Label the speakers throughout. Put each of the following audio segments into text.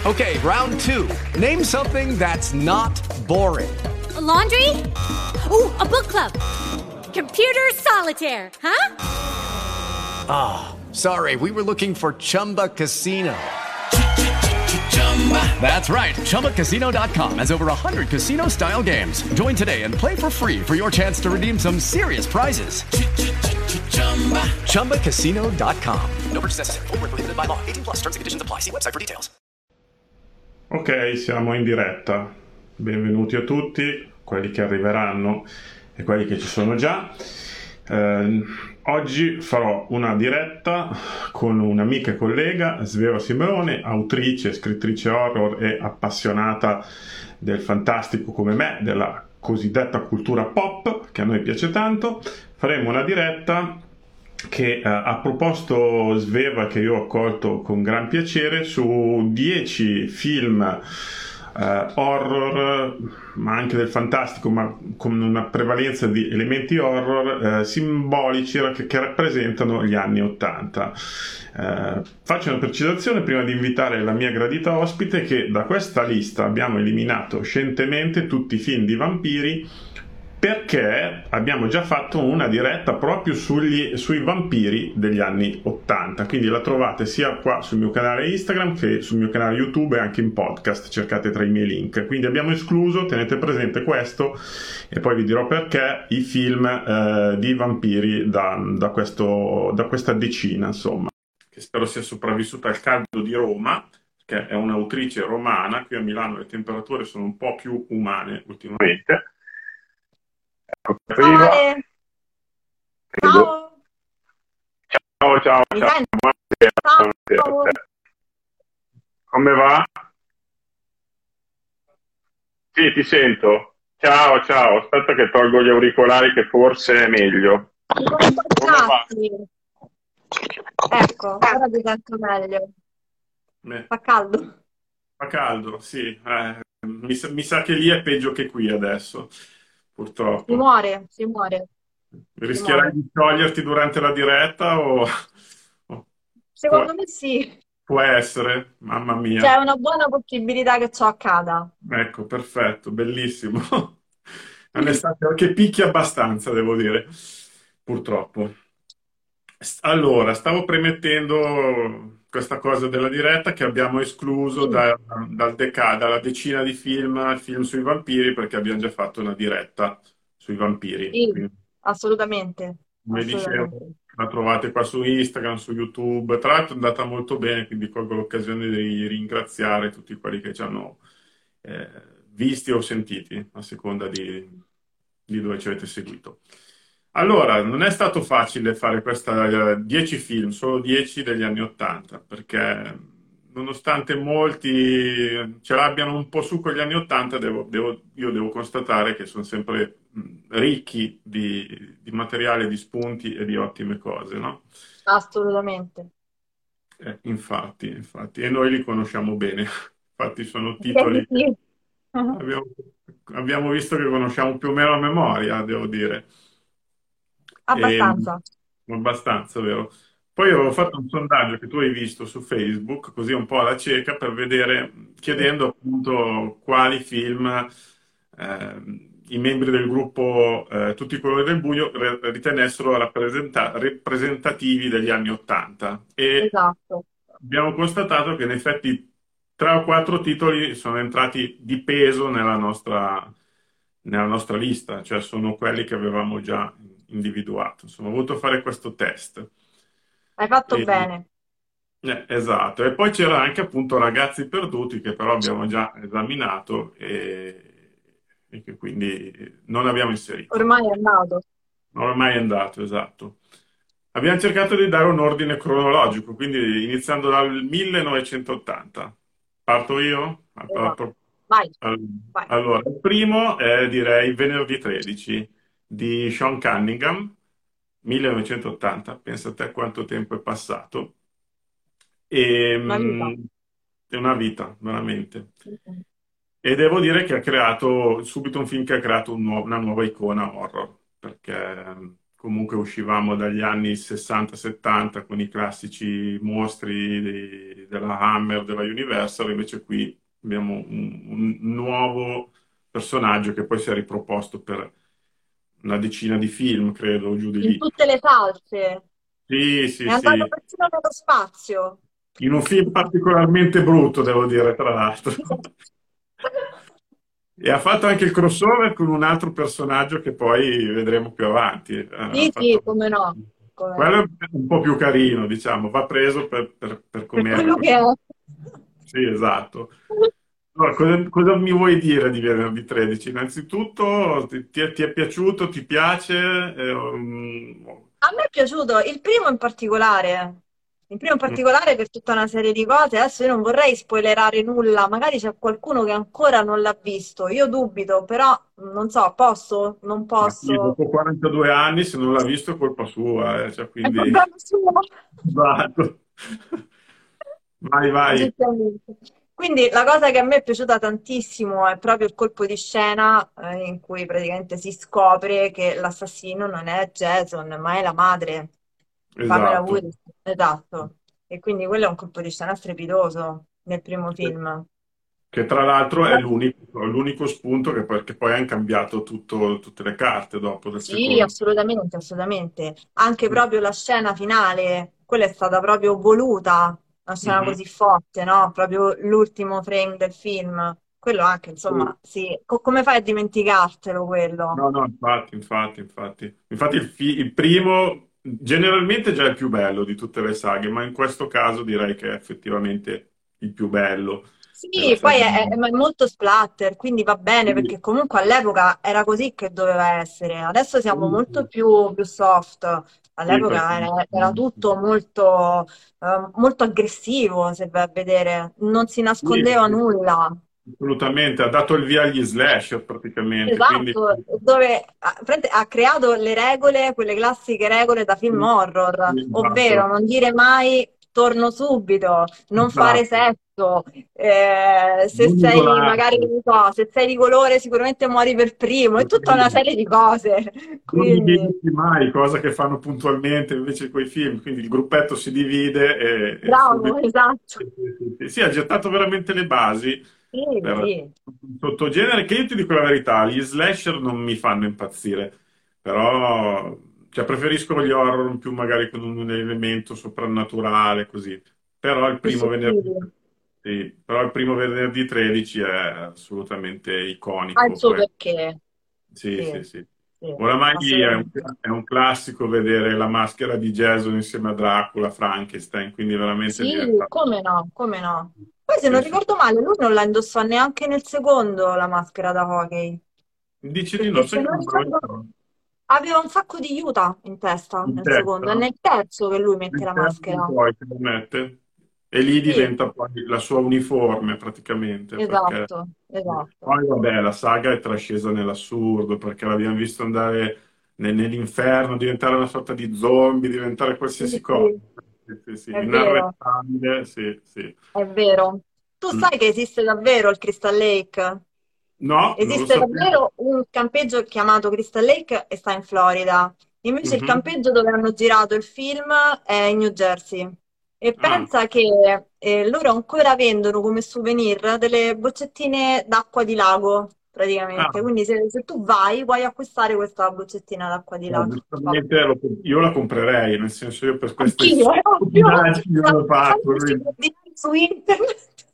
Speaker 1: Okay, round two. Name something that's not boring.
Speaker 2: A laundry? Ooh, a book club. Computer solitaire, huh?
Speaker 1: Ah, sorry, we were looking for Chumba Casino. That's right. ChumbaCasino.com has over 100 casino-style games. Join today and play for free for your chance to redeem some serious prizes. ChumbaCasino.com. No purchase necessary. Void where prohibited by law. 18 plus. Terms and conditions apply. See website for details.
Speaker 3: Ok, siamo in diretta. Benvenuti a tutti, quelli che arriveranno e quelli che ci sono già. Oggi farò una diretta con un'amica e collega, Sveva Simeone, autrice, scrittrice horror e appassionata del fantastico come me, della cosiddetta cultura pop, che a noi piace tanto. Faremo una diretta che ha proposto Sveva, che io ho accolto con gran piacere, su 10 film horror, ma anche del fantastico, ma con una prevalenza di elementi horror simbolici che rappresentano gli anni '80. Faccio una precisazione prima di invitare la mia gradita ospite, che da questa lista abbiamo eliminato scientemente tutti i film di vampiri, perché abbiamo già fatto una diretta proprio sui vampiri degli anni '80, quindi la trovate sia qua sul mio canale Instagram che sul mio canale YouTube e anche in podcast, cercate tra i miei link. Quindi abbiamo escluso, tenete presente questo, e poi vi dirò perché, i film di vampiri da questa decina, insomma, che spero sia sopravvissuta al caldo di Roma, che è un'autrice romana. Qui a Milano le temperature sono un po' più umane ultimamente.
Speaker 4: Ciao Ale. Ciao.
Speaker 3: Ciao. Buonasera.
Speaker 4: Ciao.
Speaker 3: Come va? Sì, ti sento. Ciao. Aspetta che tolgo gli auricolari, che forse è meglio. Come va?
Speaker 4: Ecco, ora ti sento meglio. Fa caldo.
Speaker 3: Fa caldo, sì. Mi sa che lì è peggio che qui adesso, purtroppo.
Speaker 4: Si muore.
Speaker 3: Rischierai di toglierti durante la diretta o...
Speaker 4: Secondo me sì.
Speaker 3: Può essere, mamma mia.
Speaker 4: C'è una buona possibilità che ciò accada.
Speaker 3: Ecco, perfetto, bellissimo. È un'estate che picchia abbastanza, devo dire, purtroppo. Allora, stavo premettendo questa cosa della diretta, che abbiamo escluso dalla decina di film sui vampiri, perché abbiamo già fatto una diretta sui vampiri.
Speaker 4: Sì,
Speaker 3: Quindi,
Speaker 4: assolutamente.
Speaker 3: come dicevo, la trovate qua su Instagram, su YouTube. Tra l'altro è andata molto bene, quindi colgo l'occasione di ringraziare tutti quelli che ci hanno visti o sentiti, a seconda di dove ci avete seguito. Allora, non è stato facile fare questa 10 film, solo 10 degli anni '80, perché nonostante molti ce l'abbiano un po' su con gli anni '80, io devo constatare che sono sempre ricchi di materiale, di spunti e di ottime cose, no?
Speaker 4: Assolutamente.
Speaker 3: Infatti, e noi li conosciamo bene. Infatti sono titoli che abbiamo visto, che conosciamo più o meno a memoria, devo dire.
Speaker 4: Abbastanza.
Speaker 3: Abbastanza, vero? Poi avevo fatto un sondaggio che tu hai visto su Facebook, così un po' alla cieca, per vedere, chiedendo appunto quali film i membri del gruppo Tutti i colori del buio ritenessero rappresentativi degli anni '80. E
Speaker 4: Esatto.
Speaker 3: abbiamo constatato che in effetti 3 o 4 titoli sono entrati di peso nella nostra lista, cioè sono quelli che avevamo già individuato. Insomma, ho voluto fare questo test.
Speaker 4: Hai fatto bene.
Speaker 3: Esatto. E poi c'era anche appunto Ragazzi perduti, che però abbiamo già esaminato e che quindi non abbiamo inserito.
Speaker 4: Ormai è andato.
Speaker 3: Ormai è andato, esatto. Abbiamo cercato di dare un ordine cronologico, quindi iniziando dal 1980. Parto io?
Speaker 4: Esatto. Vai.
Speaker 3: Allora, il primo è, direi, Venerdì 13 di Sean Cunningham, 1980. Pensa a te quanto tempo è passato. È una vita, veramente. E devo dire che ha creato subito un film che ha creato una nuova icona horror, perché comunque uscivamo dagli anni 60-70 con i classici mostri della Hammer, della Universal, invece qui abbiamo un nuovo personaggio che poi si è riproposto per una decina di film, credo, giù di
Speaker 4: In
Speaker 3: lì.
Speaker 4: tutte le salse.
Speaker 3: Sì,
Speaker 4: È
Speaker 3: sì,
Speaker 4: andato
Speaker 3: sì.
Speaker 4: persino nello spazio.
Speaker 3: In un film particolarmente brutto, devo dire, tra l'altro. E ha fatto anche il crossover con un altro personaggio che poi vedremo più avanti. Ha
Speaker 4: Sì, sì,
Speaker 3: fatto...
Speaker 4: come no, come
Speaker 3: Quello
Speaker 4: no.
Speaker 3: è un po' più carino, diciamo, va preso per
Speaker 4: Per
Speaker 3: com'era il
Speaker 4: quello che è.
Speaker 3: personaggio. Sì, esatto. Allora, cosa mi vuoi dire di Venerdì 13? Innanzitutto, ti è piaciuto? Ti piace?
Speaker 4: A me è piaciuto il primo in particolare. Il primo in
Speaker 3: Mm,
Speaker 4: particolare per tutta una serie di cose. Adesso io non vorrei spoilerare nulla, magari c'è qualcuno che ancora non l'ha visto. Io dubito, però non so, posso? Non
Speaker 3: ma sì,
Speaker 4: posso?
Speaker 3: dopo 42 anni, se non l'ha visto, è colpa sua, cioè,
Speaker 4: È
Speaker 3: quindi...
Speaker 4: colpa sua.
Speaker 3: Esatto. Vai, vai.
Speaker 4: Giustamente. Quindi la cosa che a me è piaciuta tantissimo è proprio il colpo di scena in cui praticamente si scopre che l'assassino non è Jason, ma è la madre, Pamela
Speaker 3: Esatto.
Speaker 4: Willis. Esatto. E quindi quello è un colpo di scena strepitoso nel primo film.
Speaker 3: Che tra l'altro è l'unico spunto che poi hanno cambiato tutte le carte dopo del
Speaker 4: Sì,
Speaker 3: secondo.
Speaker 4: assolutamente, assolutamente. Anche proprio la scena finale, quella è stata proprio voluta, una scena
Speaker 3: Mhm.
Speaker 4: così forte, no? Proprio l'ultimo frame del film. Quello anche,
Speaker 3: Sì.
Speaker 4: insomma, sì. Come fai a dimenticartelo quello?
Speaker 3: No, no, infatti. Infatti il primo generalmente è già il più bello di tutte le saghe, ma in questo caso direi che è effettivamente il più bello della
Speaker 4: Sì, poi
Speaker 3: saga.
Speaker 4: è molto splatter, quindi va bene
Speaker 3: Sì,
Speaker 4: perché comunque all'epoca era così che doveva essere. Adesso siamo
Speaker 3: sì,
Speaker 4: molto
Speaker 3: sì,
Speaker 4: più soft.
Speaker 3: sì, perché
Speaker 4: All'epoca era tutto molto aggressivo, se vai a vedere, non si nascondeva
Speaker 3: sì,
Speaker 4: nulla.
Speaker 3: assolutamente, ha dato il via agli slasher praticamente, quindi
Speaker 4: Esatto, dove ha creato le regole, quelle classiche regole da film
Speaker 3: sì,
Speaker 4: horror, ovvero
Speaker 3: esatto,
Speaker 4: non dire mai torno subito, non fare
Speaker 3: esatto.
Speaker 4: sesso, se
Speaker 3: Non
Speaker 4: sei magari,
Speaker 3: isolarsi,
Speaker 4: non so, se sei di colore sicuramente muori per primo, e tutta una serie di cose.
Speaker 3: non
Speaker 4: Quindi,
Speaker 3: dividi mai, cosa che fanno puntualmente invece quei film, quindi il gruppetto si divide e
Speaker 4: bravo,
Speaker 3: subito...
Speaker 4: esatto.
Speaker 3: Sì, ha gettato veramente le basi
Speaker 4: Sì,
Speaker 3: per
Speaker 4: sì.
Speaker 3: un sottogenere che io ti dico la verità, gli slasher non mi fanno impazzire, però cioè, preferisco gli horror più magari con un elemento soprannaturale, così. Però il
Speaker 4: Più
Speaker 3: primo venerdì,
Speaker 4: sottili.
Speaker 3: sì, però il primo venerdì 13 è assolutamente
Speaker 4: Ha il
Speaker 3: iconico.
Speaker 4: suo perché.
Speaker 3: Sì,
Speaker 4: Sì,
Speaker 3: sì, sì.
Speaker 4: sì,
Speaker 3: Oramai
Speaker 4: assolutamente.
Speaker 3: è un classico vedere la maschera di Jason insieme a Dracula, Frankenstein, quindi veramente
Speaker 4: Sì,
Speaker 3: diventa...
Speaker 4: come no, come no. Poi se
Speaker 3: Sì,
Speaker 4: non
Speaker 3: sì.
Speaker 4: ricordo male, lui non la indossò neanche nel secondo la maschera da hockey,
Speaker 3: Dici di
Speaker 4: perché
Speaker 3: no, sai
Speaker 4: se
Speaker 3: che
Speaker 4: non
Speaker 3: non me lo
Speaker 4: ricordo
Speaker 3: ricordo.
Speaker 4: aveva un sacco di juta in testa
Speaker 3: In
Speaker 4: nel secondo, è
Speaker 3: testa?
Speaker 4: nel terzo che lui mette
Speaker 3: Nel
Speaker 4: la
Speaker 3: terzo in
Speaker 4: maschera.
Speaker 3: poi che lo mette. E lì
Speaker 4: Sì,
Speaker 3: diventa poi la sua uniforme praticamente, perché
Speaker 4: esatto, esatto.
Speaker 3: poi vabbè, la saga è trascesa nell'assurdo, perché l'abbiamo visto andare nell'inferno, diventare una sorta di zombie, diventare
Speaker 4: Sì,
Speaker 3: qualsiasi cosa.
Speaker 4: sì,
Speaker 3: Sì, sì, sì,
Speaker 4: è vero,
Speaker 3: inarrestabile, sì, sì.
Speaker 4: è vero. Tu
Speaker 3: Mm.
Speaker 4: sai che esiste davvero il Crystal Lake?
Speaker 3: No, non lo
Speaker 4: Esiste
Speaker 3: sapevo.
Speaker 4: davvero un campeggio chiamato Crystal Lake e sta in Florida. Invece il
Speaker 3: Mhm.
Speaker 4: campeggio dove hanno girato il film è in New Jersey. E
Speaker 3: Ah,
Speaker 4: pensa che loro ancora vendono come souvenir delle boccettine d'acqua di lago, praticamente.
Speaker 3: ah.
Speaker 4: Quindi se tu vai, puoi acquistare questa boccettina d'acqua di lago.
Speaker 3: Giustamente io la comprerei, nel senso io per queste
Speaker 4: Anch'io, è ovvio.
Speaker 3: stupidaggini non lo faccio.
Speaker 4: Su internet.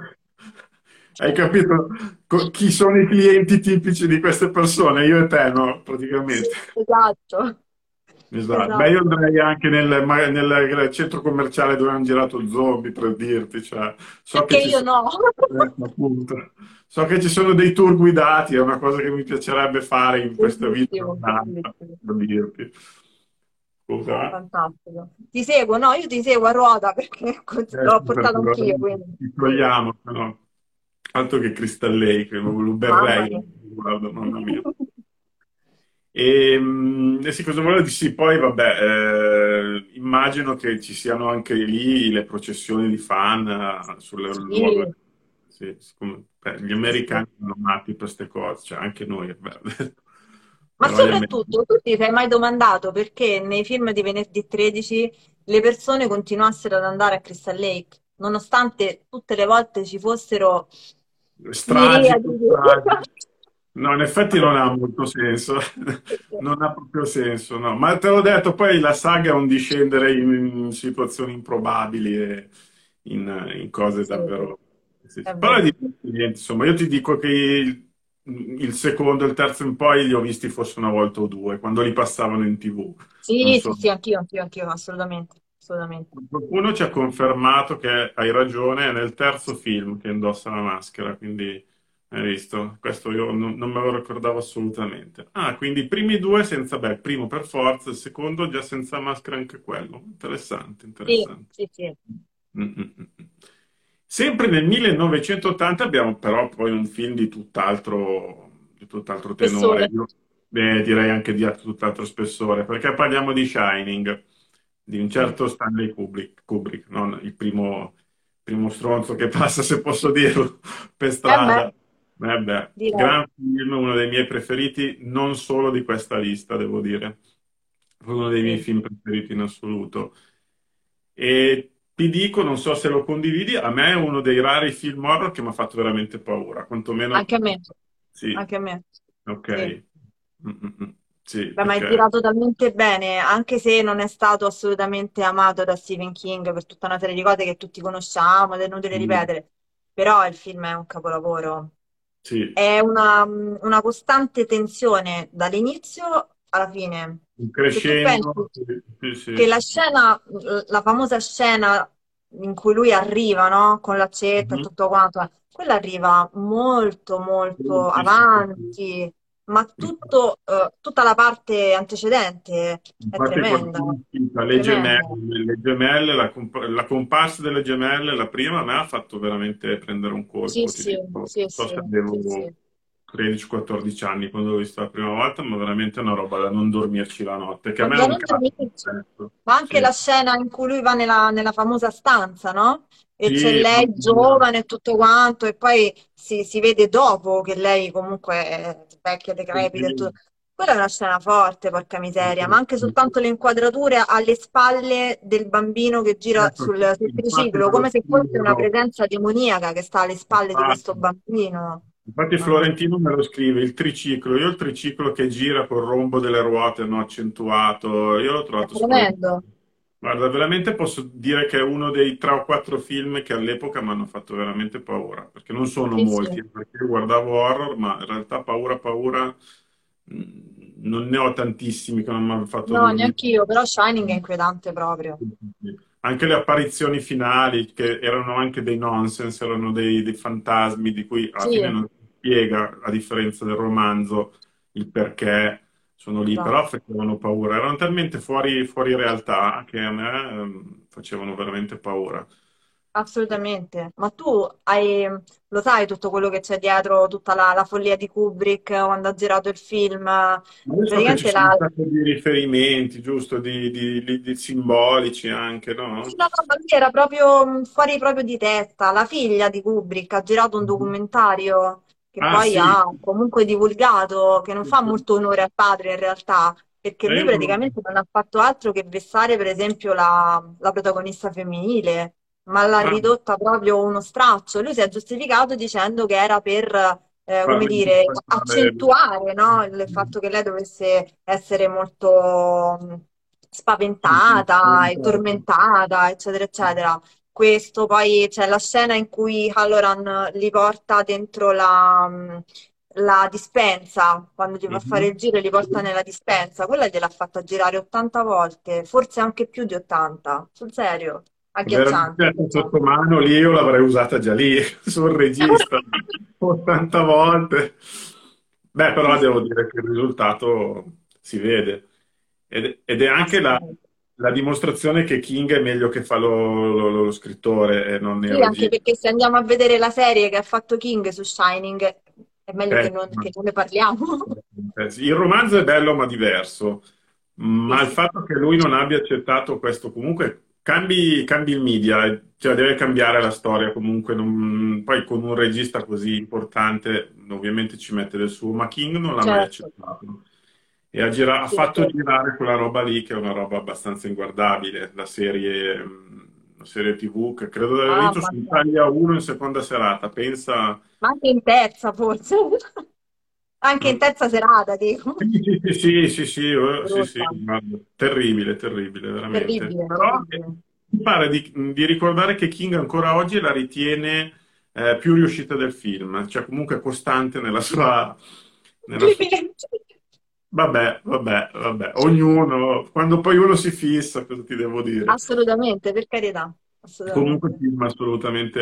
Speaker 3: Hai capito chi sono i clienti tipici di queste persone? Io e te, no?
Speaker 4: Sì,
Speaker 3: Praticamente.
Speaker 4: esatto.
Speaker 3: Esatto. Beh, io
Speaker 4: Esatto.
Speaker 3: andrei anche nel centro commerciale dove hanno girato Zombie, per dirti, cioè, so
Speaker 4: Perché
Speaker 3: che ci
Speaker 4: io
Speaker 3: sono,
Speaker 4: no.
Speaker 3: appunto, so che ci sono dei tour guidati, è una cosa che mi piacerebbe fare in questa vita
Speaker 4: Bellissimo,
Speaker 3: giornata,
Speaker 4: bellissimo.
Speaker 3: per dirti. Scusa,
Speaker 4: Fantastico. Ti seguo, no, io ti seguo a ruota perché l'ho
Speaker 3: sì, perché
Speaker 4: portato anch'io, quindi.
Speaker 3: ci togliamo, no? Altro che Crystal Lake, lo
Speaker 4: Mamma
Speaker 3: berrei,
Speaker 4: mia.
Speaker 3: guarda, mamma mia. Sì, cosa volevo dire? Sì, poi vabbè, immagino che ci siano anche lì le processioni di fan sul luogo.
Speaker 4: Sì,
Speaker 3: Sì, gli
Speaker 4: sì, sì.
Speaker 3: americani sono matti per queste cose, cioè anche noi, vabbè.
Speaker 4: Ma
Speaker 3: però
Speaker 4: soprattutto, tu ti sei mai domandato perché nei film di Venerdì 13 le persone continuassero ad andare a Crystal Lake, nonostante tutte le volte ci fossero miriadi
Speaker 3: Stragico,
Speaker 4: di...
Speaker 3: stragico. No, in effetti non ha molto senso, non ha proprio senso, no. Ma te l'ho detto, poi la saga è un discendere in situazioni improbabili e in cose
Speaker 4: Sì,
Speaker 3: davvero... sì,
Speaker 4: è
Speaker 3: sì. Però è
Speaker 4: vero.
Speaker 3: divertente, insomma, io ti dico che il secondo e il terzo in poi li ho visti forse una volta o due, quando li passavano in TV. Non
Speaker 4: Sì, sì,
Speaker 3: so.
Speaker 4: sì, anch'io, assolutamente, assolutamente.
Speaker 3: Qualcuno ci ha confermato che hai ragione, è nel terzo film che indossa la maschera, quindi hai visto? Questo io non me lo ricordavo assolutamente. Ah, quindi i primi due senza, beh, il primo per forza, il secondo già senza maschera anche quello. Interessante,
Speaker 4: Sì,
Speaker 3: interessante.
Speaker 4: sì, sì.
Speaker 3: Mm, mm, mm, mm. Sempre nel 1980 abbiamo però poi un film di tutt'altro tenore,
Speaker 4: Spessore.
Speaker 3: io direi anche di tutt'altro spessore, perché parliamo di Shining, di un
Speaker 4: Sì.
Speaker 3: certo Stanley Kubrick, non il primo stronzo che passa, se posso dirlo, per
Speaker 4: Beh,
Speaker 3: strada. Beh,
Speaker 4: direi.
Speaker 3: gran film, uno dei miei preferiti, non solo di questa lista, devo dire, uno dei miei
Speaker 4: Sì.
Speaker 3: film preferiti in assoluto. E ti dico, non so se lo condividi, a me è uno dei rari film horror che mi ha fatto veramente paura, quantomeno
Speaker 4: Anche a me,
Speaker 3: sì,
Speaker 4: anche a me. Sì.
Speaker 3: ok. Mm, mm, mm. Sì,
Speaker 4: Beh, ma è
Speaker 3: perché
Speaker 4: girato talmente bene, anche se non è stato assolutamente amato da Stephen King per tutta una serie di cose che tutti conosciamo ed è inutile
Speaker 3: mm,
Speaker 4: ripetere, però il film è un capolavoro.
Speaker 3: sì,
Speaker 4: È una costante tensione dall'inizio alla fine.
Speaker 3: un
Speaker 4: Se tu pensi
Speaker 3: crescendo, sì, sì,
Speaker 4: che
Speaker 3: sì.
Speaker 4: la scena, la famosa scena in cui lui arriva, no? Con l'accetta e
Speaker 3: Mhm.
Speaker 4: tutto quanto, quella arriva molto, molto
Speaker 3: Sì, sì, sì, sì.
Speaker 4: avanti, ma tutta la parte antecedente è
Speaker 3: Infatti
Speaker 4: tremenda,
Speaker 3: qualcuno cita
Speaker 4: tremenda.
Speaker 3: le gemelle, la comparsa delle gemelle, la prima, mi ha fatto veramente prendere un
Speaker 4: Sì,
Speaker 3: colpo, ti
Speaker 4: sì,
Speaker 3: dico. Non
Speaker 4: sì,
Speaker 3: so
Speaker 4: sì,
Speaker 3: se
Speaker 4: sì,
Speaker 3: avevo
Speaker 4: sì.
Speaker 3: 13-14 anni quando l'ho vista la prima volta, ma veramente è una roba da non dormirci la notte, che a
Speaker 4: Ma
Speaker 3: me
Speaker 4: da
Speaker 3: non
Speaker 4: non
Speaker 3: capita
Speaker 4: dormirci.
Speaker 3: spesso.
Speaker 4: Ma anche
Speaker 3: Sì,
Speaker 4: la scena in cui lui va nella famosa stanza, no? E c'è
Speaker 3: sì,
Speaker 4: lei
Speaker 3: mamma mia.
Speaker 4: giovane e tutto quanto, e poi si vede dopo che lei comunque è vecchia,
Speaker 3: Sì,
Speaker 4: decrepita e tutto.
Speaker 3: sì.
Speaker 4: Quella è una scena forte, porca miseria, ma anche soltanto le inquadrature alle spalle del bambino che gira
Speaker 3: Ecco,
Speaker 4: sul
Speaker 3: infatti
Speaker 4: triciclo,
Speaker 3: me lo
Speaker 4: come se fosse una
Speaker 3: scrivono.
Speaker 4: presenza demoniaca che sta alle spalle di questo
Speaker 3: Infatti.
Speaker 4: bambino.
Speaker 3: Infatti
Speaker 4: Mamma mia,
Speaker 3: Florentino me lo scrive, il triciclo, io il triciclo che gira col rombo delle ruote, no, accentuato, io l'ho
Speaker 4: è
Speaker 3: trovato spaventoso.
Speaker 4: tremendo.
Speaker 3: Guarda, veramente posso dire che è uno dei 3 o 4 film che all'epoca mi hanno fatto veramente paura, perché non sono
Speaker 4: Sì, sì.
Speaker 3: molti, perché io guardavo horror, ma in realtà paura, non ne ho tantissimi che non mi hanno fatto
Speaker 4: No,
Speaker 3: dormire.
Speaker 4: neanche io, però Shining è inquietante proprio.
Speaker 3: Anche le apparizioni finali, che erano anche dei nonsense, erano dei fantasmi di cui alla
Speaker 4: Sì,
Speaker 3: fine non si spiega, a differenza del romanzo, il perché sono lì, però
Speaker 4: esatto,
Speaker 3: facevano paura. Erano talmente fuori realtà che a me facevano veramente paura.
Speaker 4: assolutamente. Ma tu lo sai tutto quello che c'è dietro, tutta la follia di Kubrick quando ha girato il film?
Speaker 3: Ma io so che ci
Speaker 4: Praticamente
Speaker 3: sono un sacco di riferimenti, giusto, di simbolici anche,
Speaker 4: sì,
Speaker 3: no?
Speaker 4: no, no, ma lui era proprio fuori proprio di testa. La figlia di Kubrick ha girato un documentario che
Speaker 3: Ah,
Speaker 4: poi
Speaker 3: sì.
Speaker 4: ha comunque divulgato, che non fa molto onore al padre in realtà, perché lui
Speaker 3: Io non l'ho
Speaker 4: praticamente non ha fatto altro che vessare per esempio la protagonista femminile, ma l'ha
Speaker 3: ah,
Speaker 4: ridotta proprio uno straccio. Lui si è giustificato dicendo che era per, come
Speaker 3: farmi
Speaker 4: dire,
Speaker 3: passare.
Speaker 4: accentuare, no, il fatto che lei dovesse essere molto
Speaker 3: Sì, sì,
Speaker 4: spaventata e tormentata, eccetera, eccetera. Questo poi c'è la scena in cui Halloran li porta dentro la dispensa, quando gli fa fare
Speaker 3: mhm.
Speaker 4: il giro e li porta nella dispensa. Quella gliel'ha fatta girare 80 volte, forse anche più di 80, sul serio. Agghiacciante,
Speaker 3: Veramente sotto
Speaker 4: agghiacciante.
Speaker 3: mano lì io l'avrei usata già lì sul regista 80 volte. Beh,
Speaker 4: Sì,
Speaker 3: però
Speaker 4: sì,
Speaker 3: devo dire che il risultato si vede ed è anche
Speaker 4: assolutamente.
Speaker 3: la dimostrazione che King è meglio che fa lo scrittore e non il
Speaker 4: Sì, anche
Speaker 3: regista.
Speaker 4: perché se andiamo a vedere la serie che ha fatto King su Shining, è meglio
Speaker 3: Eh,
Speaker 4: che non ne parliamo.
Speaker 3: sì, il romanzo è bello ma diverso,
Speaker 4: Sì,
Speaker 3: ma il
Speaker 4: sì,
Speaker 3: fatto che lui non abbia accettato questo comunque cambi il media, cioè deve cambiare la storia comunque, poi con un regista così importante ovviamente ci mette del suo, ma King non l'ha mai
Speaker 4: certo.
Speaker 3: accettato. e ha
Speaker 4: Sì,
Speaker 3: fatto girare quella roba lì, che è una roba abbastanza inguardabile, la serie TV, che credo di aver visto
Speaker 4: mamma
Speaker 3: su
Speaker 4: mia.
Speaker 3: Italia 1 in seconda serata. Pensa.
Speaker 4: Ma anche in terza, forse. Anche in
Speaker 3: Non-
Speaker 4: terza serata, dico.
Speaker 3: Sì, sì, sì, sì, sì, sì,
Speaker 4: Brutta.
Speaker 3: guarda, terribile, terribile, veramente.
Speaker 4: Terribile,
Speaker 3: Però
Speaker 4: terribile.
Speaker 3: mi pare di ricordare che King ancora oggi la ritiene più riuscita del film, cioè comunque costante nella sua.
Speaker 4: Terribile.
Speaker 3: Vabbè, vabbè, vabbè, ognuno, quando poi uno si fissa, cosa ti devo dire?
Speaker 4: Assolutamente, per carità.
Speaker 3: Comunque
Speaker 4: Assolutamente.
Speaker 3: film assolutamente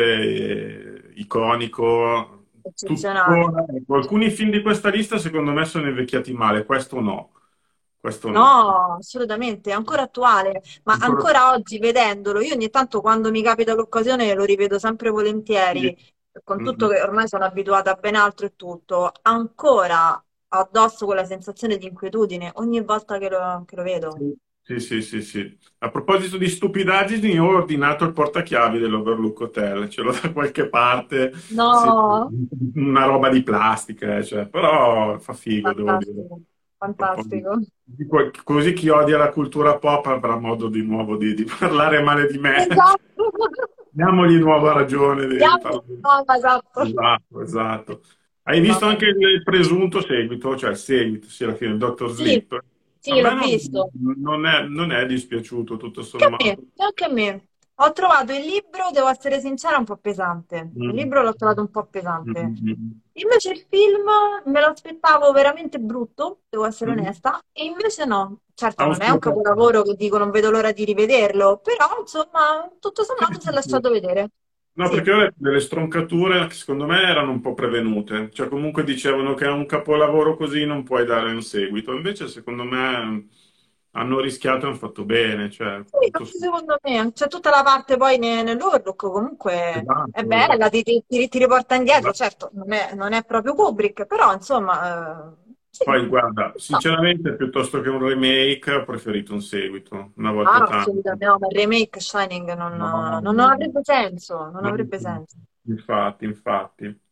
Speaker 3: iconico,
Speaker 4: Eccezionale.
Speaker 3: tuttora. Ecco, alcuni film di questa lista secondo me sono invecchiati male, questo no, questo no.
Speaker 4: No, assolutamente, è ancora attuale, ma
Speaker 3: Ancora
Speaker 4: ancora oggi vedendolo, io ogni tanto quando mi capita l'occasione lo rivedo sempre
Speaker 3: sì.
Speaker 4: volentieri, con tutto
Speaker 3: Mm,
Speaker 4: che ormai sono abituata a ben altro e tutto, ancora ho addosso quella sensazione di inquietudine ogni volta che lo vedo.
Speaker 3: sì, sì, sì, sì, sì. A proposito di stupidaggini, io ho ordinato il portachiavi dell'Overlook Hotel, ce l'ho da qualche parte, sì,
Speaker 4: No,
Speaker 3: una roba di plastica, cioè, però fa figo, devo dire.
Speaker 4: fantastico,
Speaker 3: A proposito.
Speaker 4: fantastico.
Speaker 3: Così chi odia la cultura pop avrà modo di nuovo di parlare male di me.
Speaker 4: Esatto,
Speaker 3: Diamogli nuova ragione di
Speaker 4: diamo
Speaker 3: parlare.
Speaker 4: no, esatto.
Speaker 3: Esatto, esatto. Hai visto
Speaker 4: Mamma
Speaker 3: anche
Speaker 4: mia.
Speaker 3: il presunto seguito, cioè il seguito, sì, alla fine, il Dottor
Speaker 4: Sì,
Speaker 3: Sleep? A
Speaker 4: sì,
Speaker 3: me
Speaker 4: l'ho visto.
Speaker 3: non è dispiaciuto, tutto
Speaker 4: Anche a me,
Speaker 3: sommato.
Speaker 4: anche a me. Ho trovato il libro, devo essere sincera, un po' pesante. Il
Speaker 3: Mm,
Speaker 4: libro l'ho trovato un po'
Speaker 3: mm,
Speaker 4: pesante.
Speaker 3: mm,
Speaker 4: Invece il film me lo aspettavo veramente brutto, devo essere
Speaker 3: mm.
Speaker 4: onesta, e invece no. Certo,
Speaker 3: Ha un
Speaker 4: non è un
Speaker 3: suo perché.
Speaker 4: capolavoro che dico non vedo l'ora di rivederlo, però insomma, tutto
Speaker 3: Sì,
Speaker 4: sommato si è
Speaker 3: sì, sì.
Speaker 4: lasciato vedere.
Speaker 3: No,
Speaker 4: Sì.
Speaker 3: perché ho letto delle stroncature che secondo me erano un po' prevenute, cioè comunque dicevano che a un capolavoro così non puoi dare un seguito, invece secondo me hanno rischiato e hanno fatto bene, cioè
Speaker 4: Sì,
Speaker 3: tutto
Speaker 4: anche secondo me, c'è tutta la parte poi nell'Overlook, comunque è
Speaker 3: esatto,
Speaker 4: bella,
Speaker 3: esatto,
Speaker 4: ti riporta indietro,
Speaker 3: esatto.
Speaker 4: certo, non è proprio Kubrick, però insomma, sì,
Speaker 3: Poi guarda,
Speaker 4: no.
Speaker 3: sinceramente piuttosto che un remake ho preferito un seguito, una volta
Speaker 4: Ah,
Speaker 3: tanto.
Speaker 4: assolutamente, no, ma il remake Shining
Speaker 3: No,
Speaker 4: non
Speaker 3: no,
Speaker 4: avrebbe senso, non
Speaker 3: no,
Speaker 4: avrebbe senso.
Speaker 3: infatti, infatti.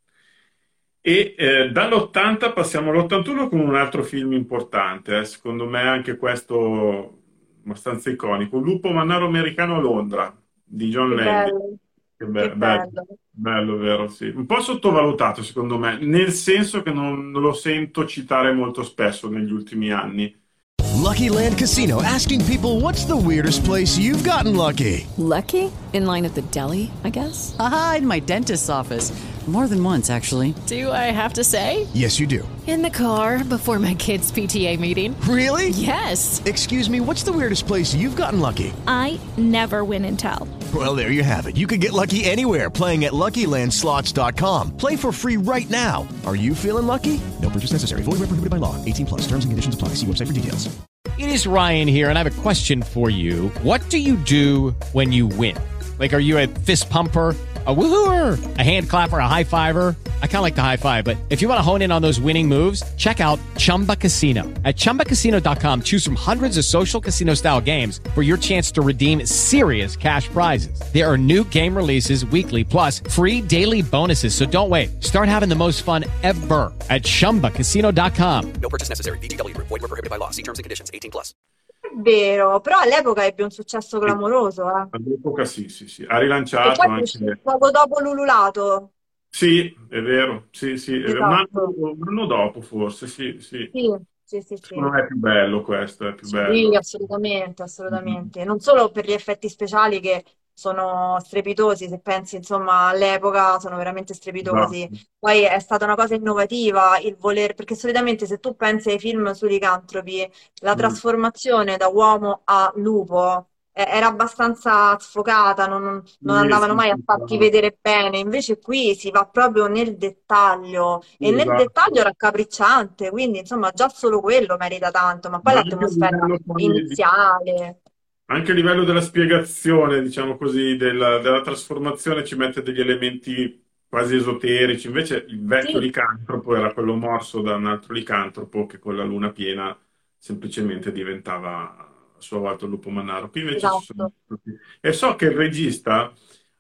Speaker 3: E dall'80 passiamo all'81 con un altro film importante, secondo me anche questo abbastanza iconico, Un lupo mannaro americano a Londra di John
Speaker 4: Che
Speaker 3: Landis.
Speaker 4: bello,
Speaker 3: Che
Speaker 4: che
Speaker 3: bello,
Speaker 4: bello.
Speaker 3: bello, vero? Sì. Un po' sottovalutato secondo me, nel senso che non lo sento citare molto spesso negli ultimi anni.
Speaker 5: Lucky Land Casino asking people what's the weirdest place you've gotten lucky?
Speaker 6: Lucky? In line at the deli, I guess?
Speaker 7: Aha, in my dentist's office. More than once, actually.
Speaker 6: Do I have to say?
Speaker 5: Yes, you do.
Speaker 6: In the car before my kids' PTA meeting.
Speaker 5: Really?
Speaker 6: Yes.
Speaker 5: Excuse me, what's the weirdest place you've gotten lucky?
Speaker 8: I never win and tell.
Speaker 5: Well, there you have it. You can get lucky anywhere, playing at LuckyLandSlots.com. Play for free right now. Are you feeling lucky? No purchase necessary. Void where prohibited by law. 18 plus. Terms and conditions apply. See website for details.
Speaker 9: It is Ryan here, and I have a question for you. What do you do when you win? Like, are you a fist pumper, a woohooer, a hand clapper, a high fiver? I kind of like the high five, but if you want to hone in on those winning moves, check out Chumba Casino. At ChumbaCasino.com, choose from hundreds of social casino style games for your chance to redeem serious cash prizes. There are new game releases weekly, plus free daily bonuses. So don't wait. Start having the most fun ever at ChumbaCasino.com.
Speaker 10: No purchase necessary. VGW Group. Void were prohibited by law. See terms and conditions. 18 plus.
Speaker 4: È vero, però all'epoca ebbe un successo
Speaker 3: Sì.
Speaker 4: clamoroso, eh.
Speaker 3: All'epoca sì, sì, sì. Ha
Speaker 4: E
Speaker 3: rilanciato
Speaker 4: poi è uscito
Speaker 3: anche.
Speaker 4: poco dopo l'ululato.
Speaker 3: Sì, è vero, sì, sì, è vero.
Speaker 4: Esatto.
Speaker 3: Un anno dopo forse, sì, sì.
Speaker 4: Sì, sì, sì,
Speaker 3: Secondo
Speaker 4: sì.
Speaker 3: me è più bello questo, è più
Speaker 4: Sì,
Speaker 3: bello.
Speaker 4: assolutamente,
Speaker 3: Mm,
Speaker 4: assolutamente. Non solo per gli effetti speciali che sono strepitosi, se pensi insomma all'epoca sono veramente strepitosi.
Speaker 3: esatto.
Speaker 4: Poi è stata una cosa innovativa il voler, perché solitamente se tu pensi ai film sui licantropi, la
Speaker 3: Mm,
Speaker 4: trasformazione da uomo a lupo era abbastanza sfocata, non
Speaker 3: sì,
Speaker 4: andavano
Speaker 3: sì,
Speaker 4: mai a
Speaker 3: sì,
Speaker 4: farti
Speaker 3: no.
Speaker 4: vedere bene. Invece qui si va proprio nel dettaglio
Speaker 3: Sì,
Speaker 4: e nel
Speaker 3: esatto.
Speaker 4: dettaglio raccapricciante, quindi insomma già solo quello merita tanto, ma poi
Speaker 3: Ma anche a
Speaker 4: l'atmosfera
Speaker 3: livello poi
Speaker 4: iniziale.
Speaker 3: anche a livello della spiegazione, diciamo così, della trasformazione ci mette degli elementi quasi esoterici. Invece il vecchio
Speaker 4: Sì,
Speaker 3: licantropo era quello morso da un altro licantropo che con la luna piena semplicemente diventava a sua volta un lupo mannaro. Qui invece ci sono
Speaker 4: esatto.
Speaker 3: tutti. E so che il regista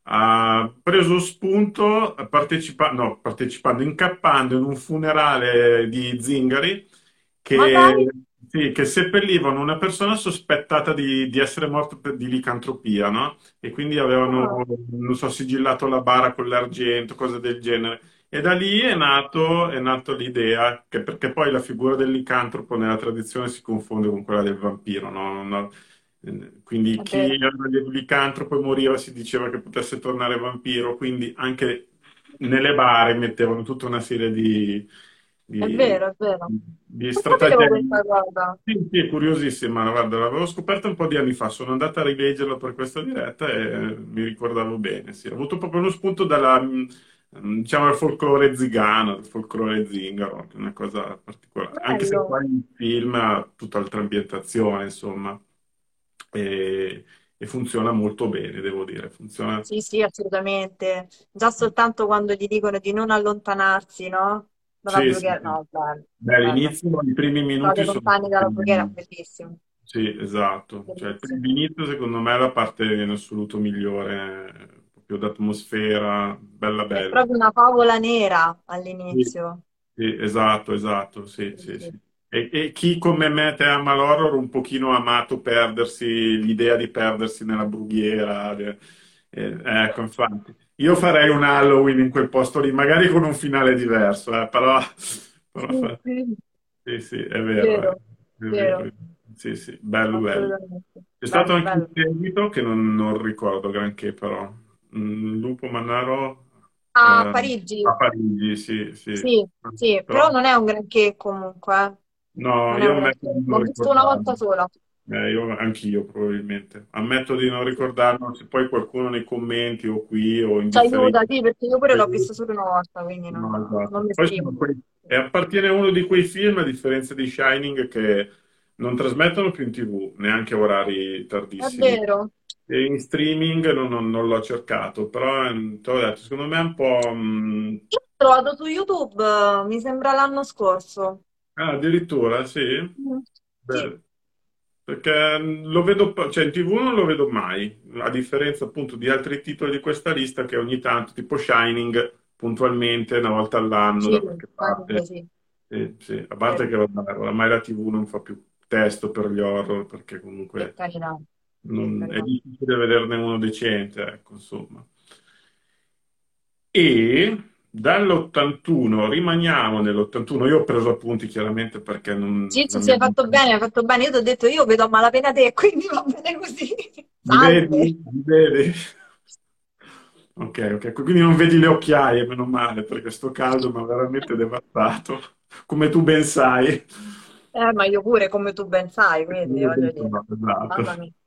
Speaker 3: ha preso spunto no, partecipando, incappando in un funerale di Zingari
Speaker 4: Ma
Speaker 3: che
Speaker 4: dai,
Speaker 3: Sì, che seppellivano una persona sospettata di essere morta di licantropia, no? E quindi
Speaker 4: Ah,
Speaker 3: avevano, non so, sigillato la bara con l'argento, cose del genere. E da lì è nato l'idea, che perché poi la figura del licantropo nella tradizione si confonde con quella del vampiro, no? Quindi
Speaker 4: è
Speaker 3: chi
Speaker 4: vero,
Speaker 3: era licantropo e moriva si diceva che potesse tornare vampiro, quindi anche nelle bare mettevano tutta una serie
Speaker 4: è
Speaker 3: di,
Speaker 4: vero, è vero.
Speaker 3: di
Speaker 4: Non sapevo
Speaker 3: stratagemmi.
Speaker 4: questa cosa.
Speaker 3: Sì, sì, è curiosissima, guarda, l'avevo scoperta un po' di anni fa, sono andata a rileggerla per questa diretta e mi ricordavo bene, sì. Ho avuto proprio uno spunto diciamo, dal folklore zigano, dal folklore zingaro, che è una cosa particolare, anche se
Speaker 4: Bello.
Speaker 3: poi il film ha tutt'altra ambientazione, insomma, e funziona molto bene, devo dire, funziona.
Speaker 4: Sì, sì, assolutamente. Già soltanto quando gli dicono di non allontanarsi, no? Dalla
Speaker 3: Sì, sì,
Speaker 4: brughiera.
Speaker 3: sì.
Speaker 4: No, bello,
Speaker 3: Beh,
Speaker 4: bello.
Speaker 3: all'inizio, i primi
Speaker 4: State
Speaker 3: minuti sono
Speaker 4: lontani dalla brughiera,
Speaker 3: stupendo.
Speaker 4: bellissimo.
Speaker 3: Sì, esatto. Cioè,
Speaker 4: Bellissimo.
Speaker 3: l'inizio secondo me è la parte in assoluto migliore, proprio d'atmosfera, bella
Speaker 4: È
Speaker 3: bella.
Speaker 4: proprio una favola nera
Speaker 3: Sì,
Speaker 4: all'inizio.
Speaker 3: sì, esatto, esatto, sì,
Speaker 4: Sì,
Speaker 3: sì,
Speaker 4: sì.
Speaker 3: sì. E chi come me te ama l'horror un pochino ha amato perdersi, l'idea di perdersi nella brughiera. Ecco, infatti. Io farei un Halloween in quel posto lì, magari con un finale diverso, però
Speaker 4: Sì, sì,
Speaker 3: sì, sì, è vero,
Speaker 4: vero,
Speaker 3: è vero.
Speaker 4: vero,
Speaker 3: Sì, sì, bello, bello.
Speaker 4: assolutamente.
Speaker 3: C'è stato
Speaker 4: Bello,
Speaker 3: anche un
Speaker 4: bello.
Speaker 3: seguito che non ricordo granché, però. Lupo Mannaro
Speaker 4: A
Speaker 3: eh,
Speaker 4: Parigi,
Speaker 3: a Parigi, sì, sì.
Speaker 4: sì, sì, però
Speaker 3: Però
Speaker 4: non è un granché comunque, eh.
Speaker 3: no,
Speaker 4: Non è
Speaker 3: io
Speaker 4: un
Speaker 3: ammetto
Speaker 4: granché.
Speaker 3: di non
Speaker 4: L'ho visto una
Speaker 3: ricordarlo.
Speaker 4: volta sola.
Speaker 3: Anch'io probabilmente. Ammetto di non
Speaker 4: Sì.
Speaker 3: ricordarlo, se poi qualcuno nei commenti o qui o
Speaker 4: Ci aiuta,
Speaker 3: indifferente.
Speaker 4: sì, perché io pure l'ho visto solo una volta, quindi
Speaker 3: No,
Speaker 4: non
Speaker 3: esatto.
Speaker 4: mi
Speaker 3: Poi
Speaker 4: esprimo.
Speaker 3: e appartiene a uno di quei film, a differenza di Shining, che non trasmettono più in TV, neanche a orari
Speaker 4: È
Speaker 3: tardissimi.
Speaker 4: vero.
Speaker 3: E in streaming non l'ho cercato, però te l'ho detto, secondo me è un po'.
Speaker 4: Io l'ho trovato su YouTube, mi sembra l'anno scorso.
Speaker 3: Ah, addirittura, sì.
Speaker 4: Mm. Sì,
Speaker 3: Beh, perché lo vedo, cioè in TV non lo vedo mai, a differenza appunto di altri titoli di questa lista che ogni tanto, tipo Shining, puntualmente, una volta all'anno,
Speaker 4: sì,
Speaker 3: da qualche
Speaker 4: Shining,
Speaker 3: parte.
Speaker 4: sì,
Speaker 3: Sì, sì. A parte
Speaker 4: vero,
Speaker 3: che vabbè, oramai la TV non fa più testo per gli horror, perché
Speaker 4: per
Speaker 3: comunque
Speaker 4: carità, per
Speaker 3: è
Speaker 4: carità.
Speaker 3: difficile vederne uno decente, ecco, insomma. E dall'81 rimaniamo nell'81. Io ho preso appunti chiaramente perché
Speaker 4: Sì,
Speaker 3: la
Speaker 4: sì, sì,
Speaker 3: mia.
Speaker 4: hai fatto bene, hai fatto bene. Io ti ho detto, io vedo a malapena te, quindi va bene così.
Speaker 3: Mi vedi?
Speaker 4: Salve.
Speaker 3: Mi vedi? Ok, ok, quindi non vedi le occhiaie, meno male, perché sto caldo mi ha veramente devastato, come tu ben sai.
Speaker 4: Ma io pure, come tu ben sai, quindi voglio dire,
Speaker 3: Esatto.
Speaker 4: mamma mia.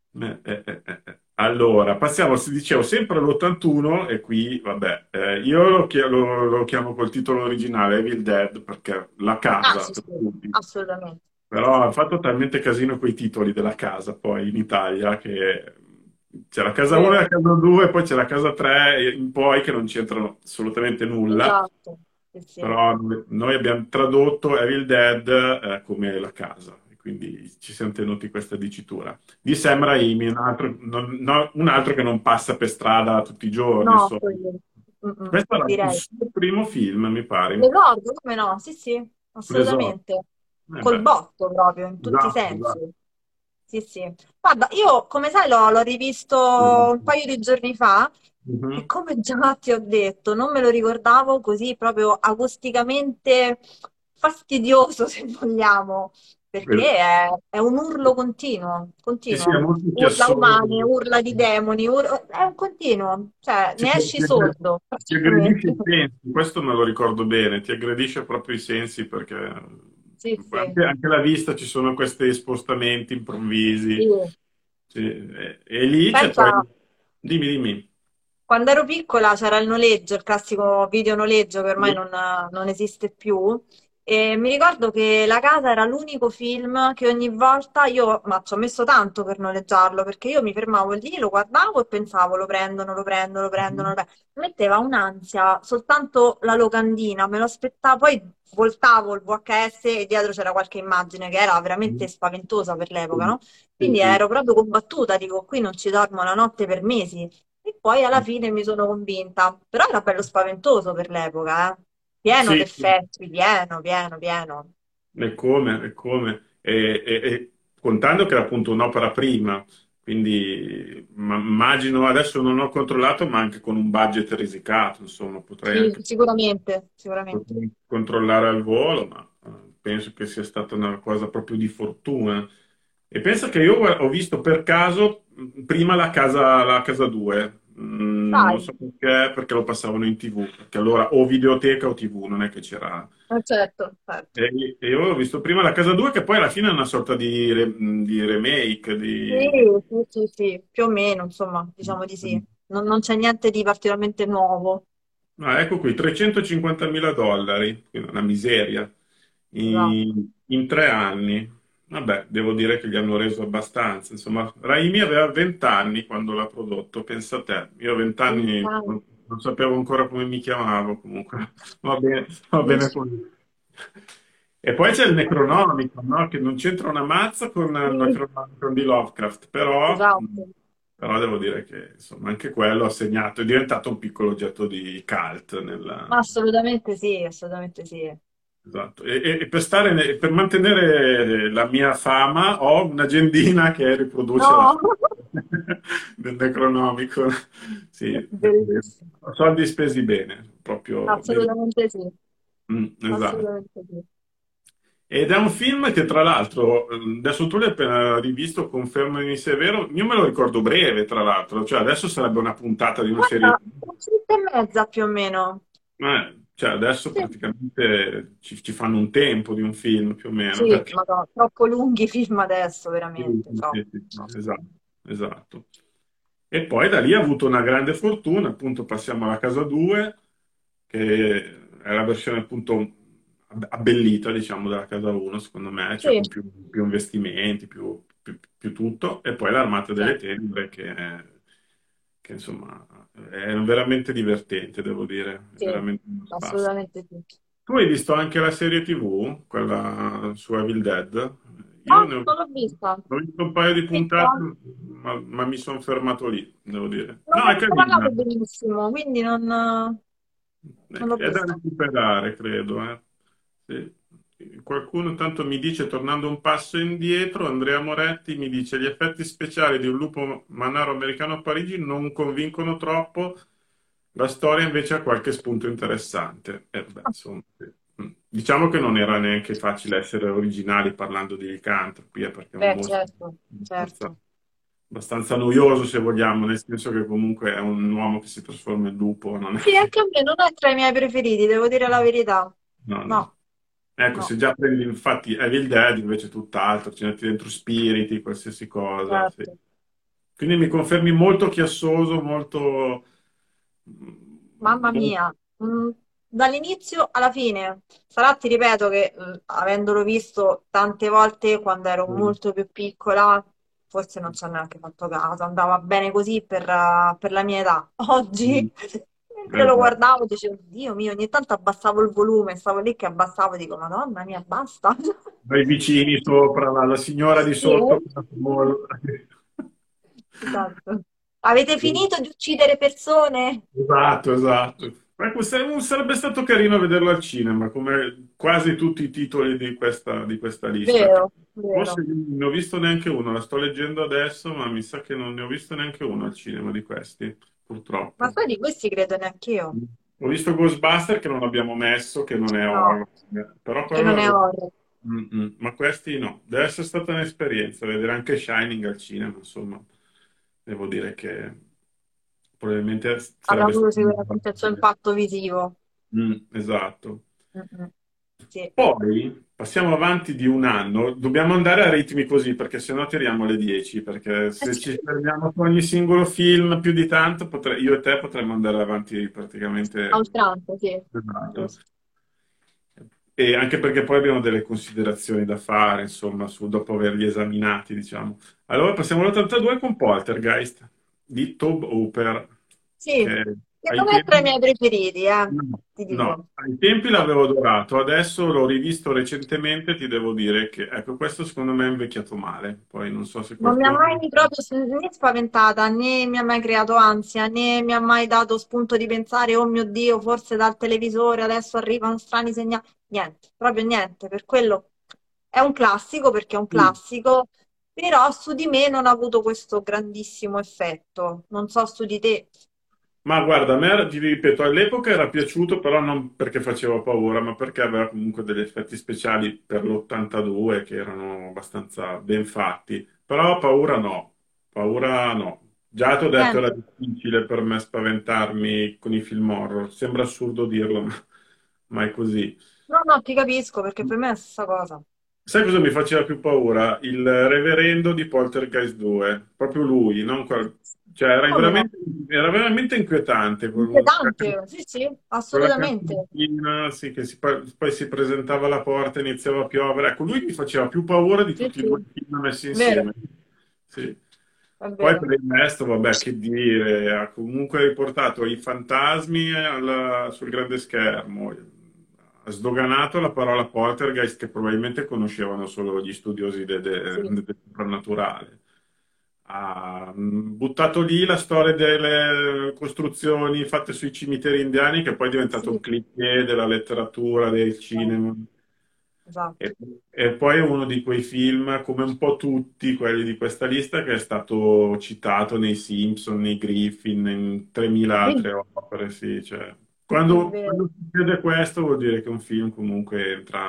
Speaker 3: Allora, passiamo, si dicevo, sempre all'81 e qui, vabbè, io lo chiamo col titolo originale Evil Dead perché la
Speaker 4: Ah,
Speaker 3: casa,
Speaker 4: sì,
Speaker 3: per
Speaker 4: sì,
Speaker 3: tutti.
Speaker 4: assolutamente. Sì,
Speaker 3: Però
Speaker 4: sì.
Speaker 3: ha fatto talmente casino quei titoli della casa poi in Italia che c'è la casa 1 e la
Speaker 4: Vero,
Speaker 3: casa 2, poi c'è la casa 3 in poi che non c'entrano assolutamente nulla.
Speaker 4: esatto. Sì, sì.
Speaker 3: Però noi abbiamo tradotto Evil Dead come la casa, e quindi ci siamo tenuti questa dicitura. Di Sam Raimi, un altro che non passa per strada tutti i giorni,
Speaker 4: No,
Speaker 3: insomma.
Speaker 4: quello.
Speaker 3: Questo era il
Speaker 4: Direi.
Speaker 3: suo primo film, mi pare.
Speaker 4: Ricordo, come no? Sì, sì,
Speaker 3: L'esordio.
Speaker 4: assolutamente. Col
Speaker 3: Beh,
Speaker 4: botto proprio, in tutti i
Speaker 3: esatto, esatto,
Speaker 4: sensi. Sì, sì. Guarda, io come sai l'ho rivisto un
Speaker 3: esatto.
Speaker 4: paio di giorni fa e
Speaker 3: Mhm.
Speaker 4: come già ti ho detto, non me lo ricordavo così proprio acusticamente fastidioso, se vogliamo, perché è un urlo continuo,
Speaker 3: Sì, sì, è
Speaker 4: continuo.
Speaker 3: molto
Speaker 4: Urla umane,
Speaker 3: chiassoso.
Speaker 4: urla di demoni, è un continuo, cioè
Speaker 3: Sì,
Speaker 4: ne esci sordo,
Speaker 3: ti aggredisce
Speaker 4: praticamente.
Speaker 3: i sensi, questo me lo ricordo bene, ti aggredisce proprio i sensi perché
Speaker 4: Sì, sì.
Speaker 3: anche alla vista ci sono questi spostamenti improvvisi.
Speaker 4: Sì.
Speaker 3: Sì, e lì c'è
Speaker 4: Pensa,
Speaker 3: poi. Dimmi, dimmi.
Speaker 4: quando ero piccola c'era il noleggio, il classico videonoleggio che ormai
Speaker 3: Sì.
Speaker 4: non esiste più. E mi ricordo che La Casa era l'unico film che ogni volta io, ma ci ho messo tanto per noleggiarlo, perché io mi fermavo lì, lo guardavo e pensavo lo prendono, lo prendono, lo prendono, lo prendono. Mi metteva un'ansia, soltanto la locandina, me lo aspettavo, poi voltavo il VHS e dietro c'era qualche immagine che era veramente spaventosa per l'epoca, no?
Speaker 3: Sì,
Speaker 4: Quindi
Speaker 3: sì.
Speaker 4: ero proprio combattuta, dico, qui non ci dormo la notte per mesi. E poi alla fine mi sono convinta, però era bello spaventoso per l'epoca, eh? Pieno
Speaker 3: Sì, sì.
Speaker 4: d'effetti, pieno, pieno, pieno.
Speaker 3: E come, e come. e contando che era appunto un'opera prima, quindi immagino, adesso non ho controllato, ma anche con un budget risicato, insomma, potrei
Speaker 4: Sì,
Speaker 3: anche
Speaker 4: sicuramente, sicuramente.
Speaker 3: controllare al volo, ma penso che sia stata una cosa proprio di fortuna. E penso che io ho visto per caso prima la casa 2. Non
Speaker 4: Dai,
Speaker 3: so perché lo passavano in TV, perché allora o videoteca o TV, non è che c'era.
Speaker 4: certo, certo.
Speaker 3: E io ho visto prima la casa 2, che poi alla fine è una sorta di remake,
Speaker 4: Sì, sì, sì, sì, più o meno, insomma, diciamo di sì. Non c'è niente di particolarmente nuovo.
Speaker 3: No, ecco qui, 350 mila dollari, quindi una miseria,
Speaker 4: Esatto.
Speaker 3: in 3 anni. Vabbè, devo dire che gli hanno reso abbastanza. Insomma, Raimi aveva 20 anni quando l'ha prodotto, pensa a te. Io a 20 anni non sapevo ancora come mi chiamavo, comunque va bene così. E poi c'è il Necronomicon, no? Che non c'entra una mazza con il
Speaker 4: Sì,
Speaker 3: Necronomicon di Lovecraft, però,
Speaker 4: esatto.
Speaker 3: però devo dire che insomma anche quello ha segnato, è diventato un piccolo oggetto di cult
Speaker 4: Ma assolutamente sì, assolutamente sì.
Speaker 3: esatto. E per mantenere la mia fama ho un'agendina che riproduce la
Speaker 4: No,
Speaker 3: fama del Necronomicon. Sì, devo dire.
Speaker 4: bellissimo.
Speaker 3: Soldi spesi bene, proprio bene.
Speaker 4: Assolutamente sì,
Speaker 3: Esatto.
Speaker 4: assolutamente sì.
Speaker 3: Ed è un film che, tra l'altro, adesso tu l'hai appena rivisto, confermami se è vero. Io me lo ricordo breve, tra l'altro, cioè adesso sarebbe una puntata di una serie.
Speaker 4: Guarda, un'oretta e mezza più o meno.
Speaker 3: Cioè adesso
Speaker 4: Sì,
Speaker 3: praticamente ci fanno un tempo di un film più o meno,
Speaker 4: sì,
Speaker 3: perché.
Speaker 4: ma no, troppo lunghi i film adesso,
Speaker 3: Sì,
Speaker 4: veramente,
Speaker 3: sì,
Speaker 4: troppo.
Speaker 3: sì, sì, no, esatto, esatto. E poi da lì ha avuto una grande fortuna, appunto passiamo alla casa 2, che è la versione appunto abbellita, diciamo, della casa 1, secondo me, cioè
Speaker 4: Sì,
Speaker 3: con più investimenti, più tutto, e poi l'Armata
Speaker 4: sì,
Speaker 3: delle Tenebre, che insomma è veramente divertente, devo dire, è
Speaker 4: sì,
Speaker 3: veramente uno spasso.
Speaker 4: assolutamente sì.
Speaker 3: Tu hai visto anche la serie TV, quella su Evil Dead?
Speaker 4: No,
Speaker 3: Io ne
Speaker 4: non l'ho vista.
Speaker 3: ho visto un paio di
Speaker 4: Vista?
Speaker 3: puntate, ma mi sono fermato lì, devo dire.
Speaker 4: Non
Speaker 3: No,
Speaker 4: me
Speaker 3: è
Speaker 4: ne hanno parlato
Speaker 3: carina,
Speaker 4: benissimo, quindi non l'ho
Speaker 3: è da
Speaker 4: vista.
Speaker 3: recuperare, credo. Sì. Qualcuno tanto mi dice, tornando un passo indietro, Andrea Moretti mi dice gli effetti speciali di Un lupo mannaro americano a Parigi non convincono troppo, la storia invece ha qualche spunto interessante. Beh, insomma, sì. Diciamo che non era neanche facile essere originali parlando di licantropi, perché è un
Speaker 4: Beh,
Speaker 3: mostro
Speaker 4: certo,
Speaker 3: abbastanza,
Speaker 4: certo.
Speaker 3: abbastanza noioso, se vogliamo, nel senso che comunque è un uomo che si trasforma in lupo, non è
Speaker 4: Sì,
Speaker 3: che.
Speaker 4: anche a me non è tra i miei preferiti, devo dire la verità.
Speaker 3: No, no.
Speaker 4: No,
Speaker 3: Ecco, se
Speaker 4: no,
Speaker 3: già prendi infatti Evil Dead invece è tutt'altro, ci metti dentro spiriti, qualsiasi cosa. Sì.
Speaker 4: certo.
Speaker 3: Quindi mi confermi molto chiassoso,
Speaker 4: Mamma
Speaker 3: molto.
Speaker 4: mia, dall'inizio alla fine. Sarà, ti ripeto, che avendolo visto tante volte quando ero molto più piccola, forse non ci ho neanche fatto caso, andava bene così per la mia età. Oggi, mentre lo
Speaker 3: Esatto.
Speaker 4: guardavo, dicevo, Dio mio, ogni tanto abbassavo il volume, stavo lì che abbassavo, dico, Madonna mia, basta.
Speaker 3: I vicini sopra, la signora di
Speaker 4: Sì,
Speaker 3: sotto.
Speaker 4: esatto. Avete finito di uccidere persone?
Speaker 3: Esatto, esatto. Ecco, sarebbe stato carino vederlo al cinema, come quasi tutti i titoli di questa lista.
Speaker 4: Vero,
Speaker 3: Forse
Speaker 4: vero.
Speaker 3: non ne ho visto neanche uno, la sto leggendo adesso, ma mi sa che non ne ho visto neanche uno al cinema di questi,
Speaker 4: Ma
Speaker 3: purtroppo.
Speaker 4: sai di questi credo neanche io.
Speaker 3: Ho visto Ghostbuster che non abbiamo messo, che non è
Speaker 4: No,
Speaker 3: horror, però
Speaker 4: che
Speaker 3: quello
Speaker 4: non è
Speaker 3: l'avevo.
Speaker 4: horror.
Speaker 3: Ma questi no. Deve essere stata un'esperienza, vedere anche Shining al cinema, insomma, devo dire che probabilmente
Speaker 4: Avrà
Speaker 3: sarebbe
Speaker 4: avuto
Speaker 3: stato.
Speaker 4: sicuramente il suo impatto visivo.
Speaker 3: Esatto.
Speaker 4: Mm-mm. Sì.
Speaker 3: Poi passiamo avanti di un anno, dobbiamo andare a ritmi così perché sennò tiriamo le 10, perché se ci fermiamo su ogni singolo film più di tanto, io e te potremmo andare avanti
Speaker 4: A
Speaker 3: praticamente.
Speaker 4: oltranza, sì.
Speaker 3: Esatto.
Speaker 4: Giusto.
Speaker 3: E anche perché poi abbiamo delle considerazioni da fare, insomma, dopo averli esaminati, diciamo. Allora passiamo all'82 con Poltergeist di Tobe Hooper,
Speaker 4: Sì,
Speaker 3: che
Speaker 4: che
Speaker 3: ai
Speaker 4: non è tra i
Speaker 3: tempi.
Speaker 4: miei preferiti,
Speaker 3: No,
Speaker 4: ti
Speaker 3: no,
Speaker 4: dico.
Speaker 3: ai tempi
Speaker 4: No,
Speaker 3: l'avevo adorato, adesso l'ho rivisto recentemente, ti devo dire che, ecco, questo secondo me è invecchiato male, poi non so se
Speaker 4: non mi ha
Speaker 3: qualcuno.
Speaker 4: mai proprio né spaventata, né mi ha mai creato ansia, né mi ha mai dato spunto di pensare, oh mio Dio, forse dal televisore adesso arrivano strani segnali. Niente, proprio niente. Per quello è un classico perché è un
Speaker 3: Sì.
Speaker 4: classico, però su di me non ha avuto questo grandissimo effetto. Non so su di te.
Speaker 3: Ma guarda, a me, ti ripeto, all'epoca era piaciuto, però non perché faceva paura, ma perché aveva comunque degli effetti speciali per l'82 che erano abbastanza ben fatti. Però paura no, paura no. Già ti ho detto era
Speaker 4: Niente.
Speaker 3: difficile per me spaventarmi con i film horror. Sembra assurdo dirlo, ma è così.
Speaker 4: No, no, ti capisco perché per me è la stessa cosa.
Speaker 3: Sai cosa mi faceva più paura? Il reverendo di Poltergeist 2, proprio lui, non cioè
Speaker 4: Come no?
Speaker 3: era veramente inquietante.
Speaker 4: Inquietante, sì, sì,
Speaker 3: Quella
Speaker 4: assolutamente.
Speaker 3: canzoncina, sì, poi si presentava alla porta e iniziava a piovere. Ecco, lui mi faceva più paura di
Speaker 4: Sì,
Speaker 3: tutti e
Speaker 4: sì,
Speaker 3: due i film messi
Speaker 4: vero,
Speaker 3: insieme. Sì.
Speaker 4: è
Speaker 3: Poi
Speaker 4: vero.
Speaker 3: per il resto, vabbè, che dire, ha comunque riportato i fantasmi sul grande schermo. Ha sdoganato la parola poltergeist che probabilmente conoscevano solo gli studiosi
Speaker 4: Sì,
Speaker 3: del soprannaturale. Ha buttato lì la storia delle costruzioni fatte sui cimiteri indiani, che poi è diventato un
Speaker 4: sì,
Speaker 3: cliché della letteratura, del cinema.
Speaker 4: esatto.
Speaker 3: E poi è uno di quei film, come un po' tutti quelli di questa lista, che è stato citato nei Simpson, nei Griffin, in 3000
Speaker 4: Sì,
Speaker 3: altre opere. Sì, cioè,
Speaker 4: è vero.
Speaker 3: quando succede questo vuol dire che un film comunque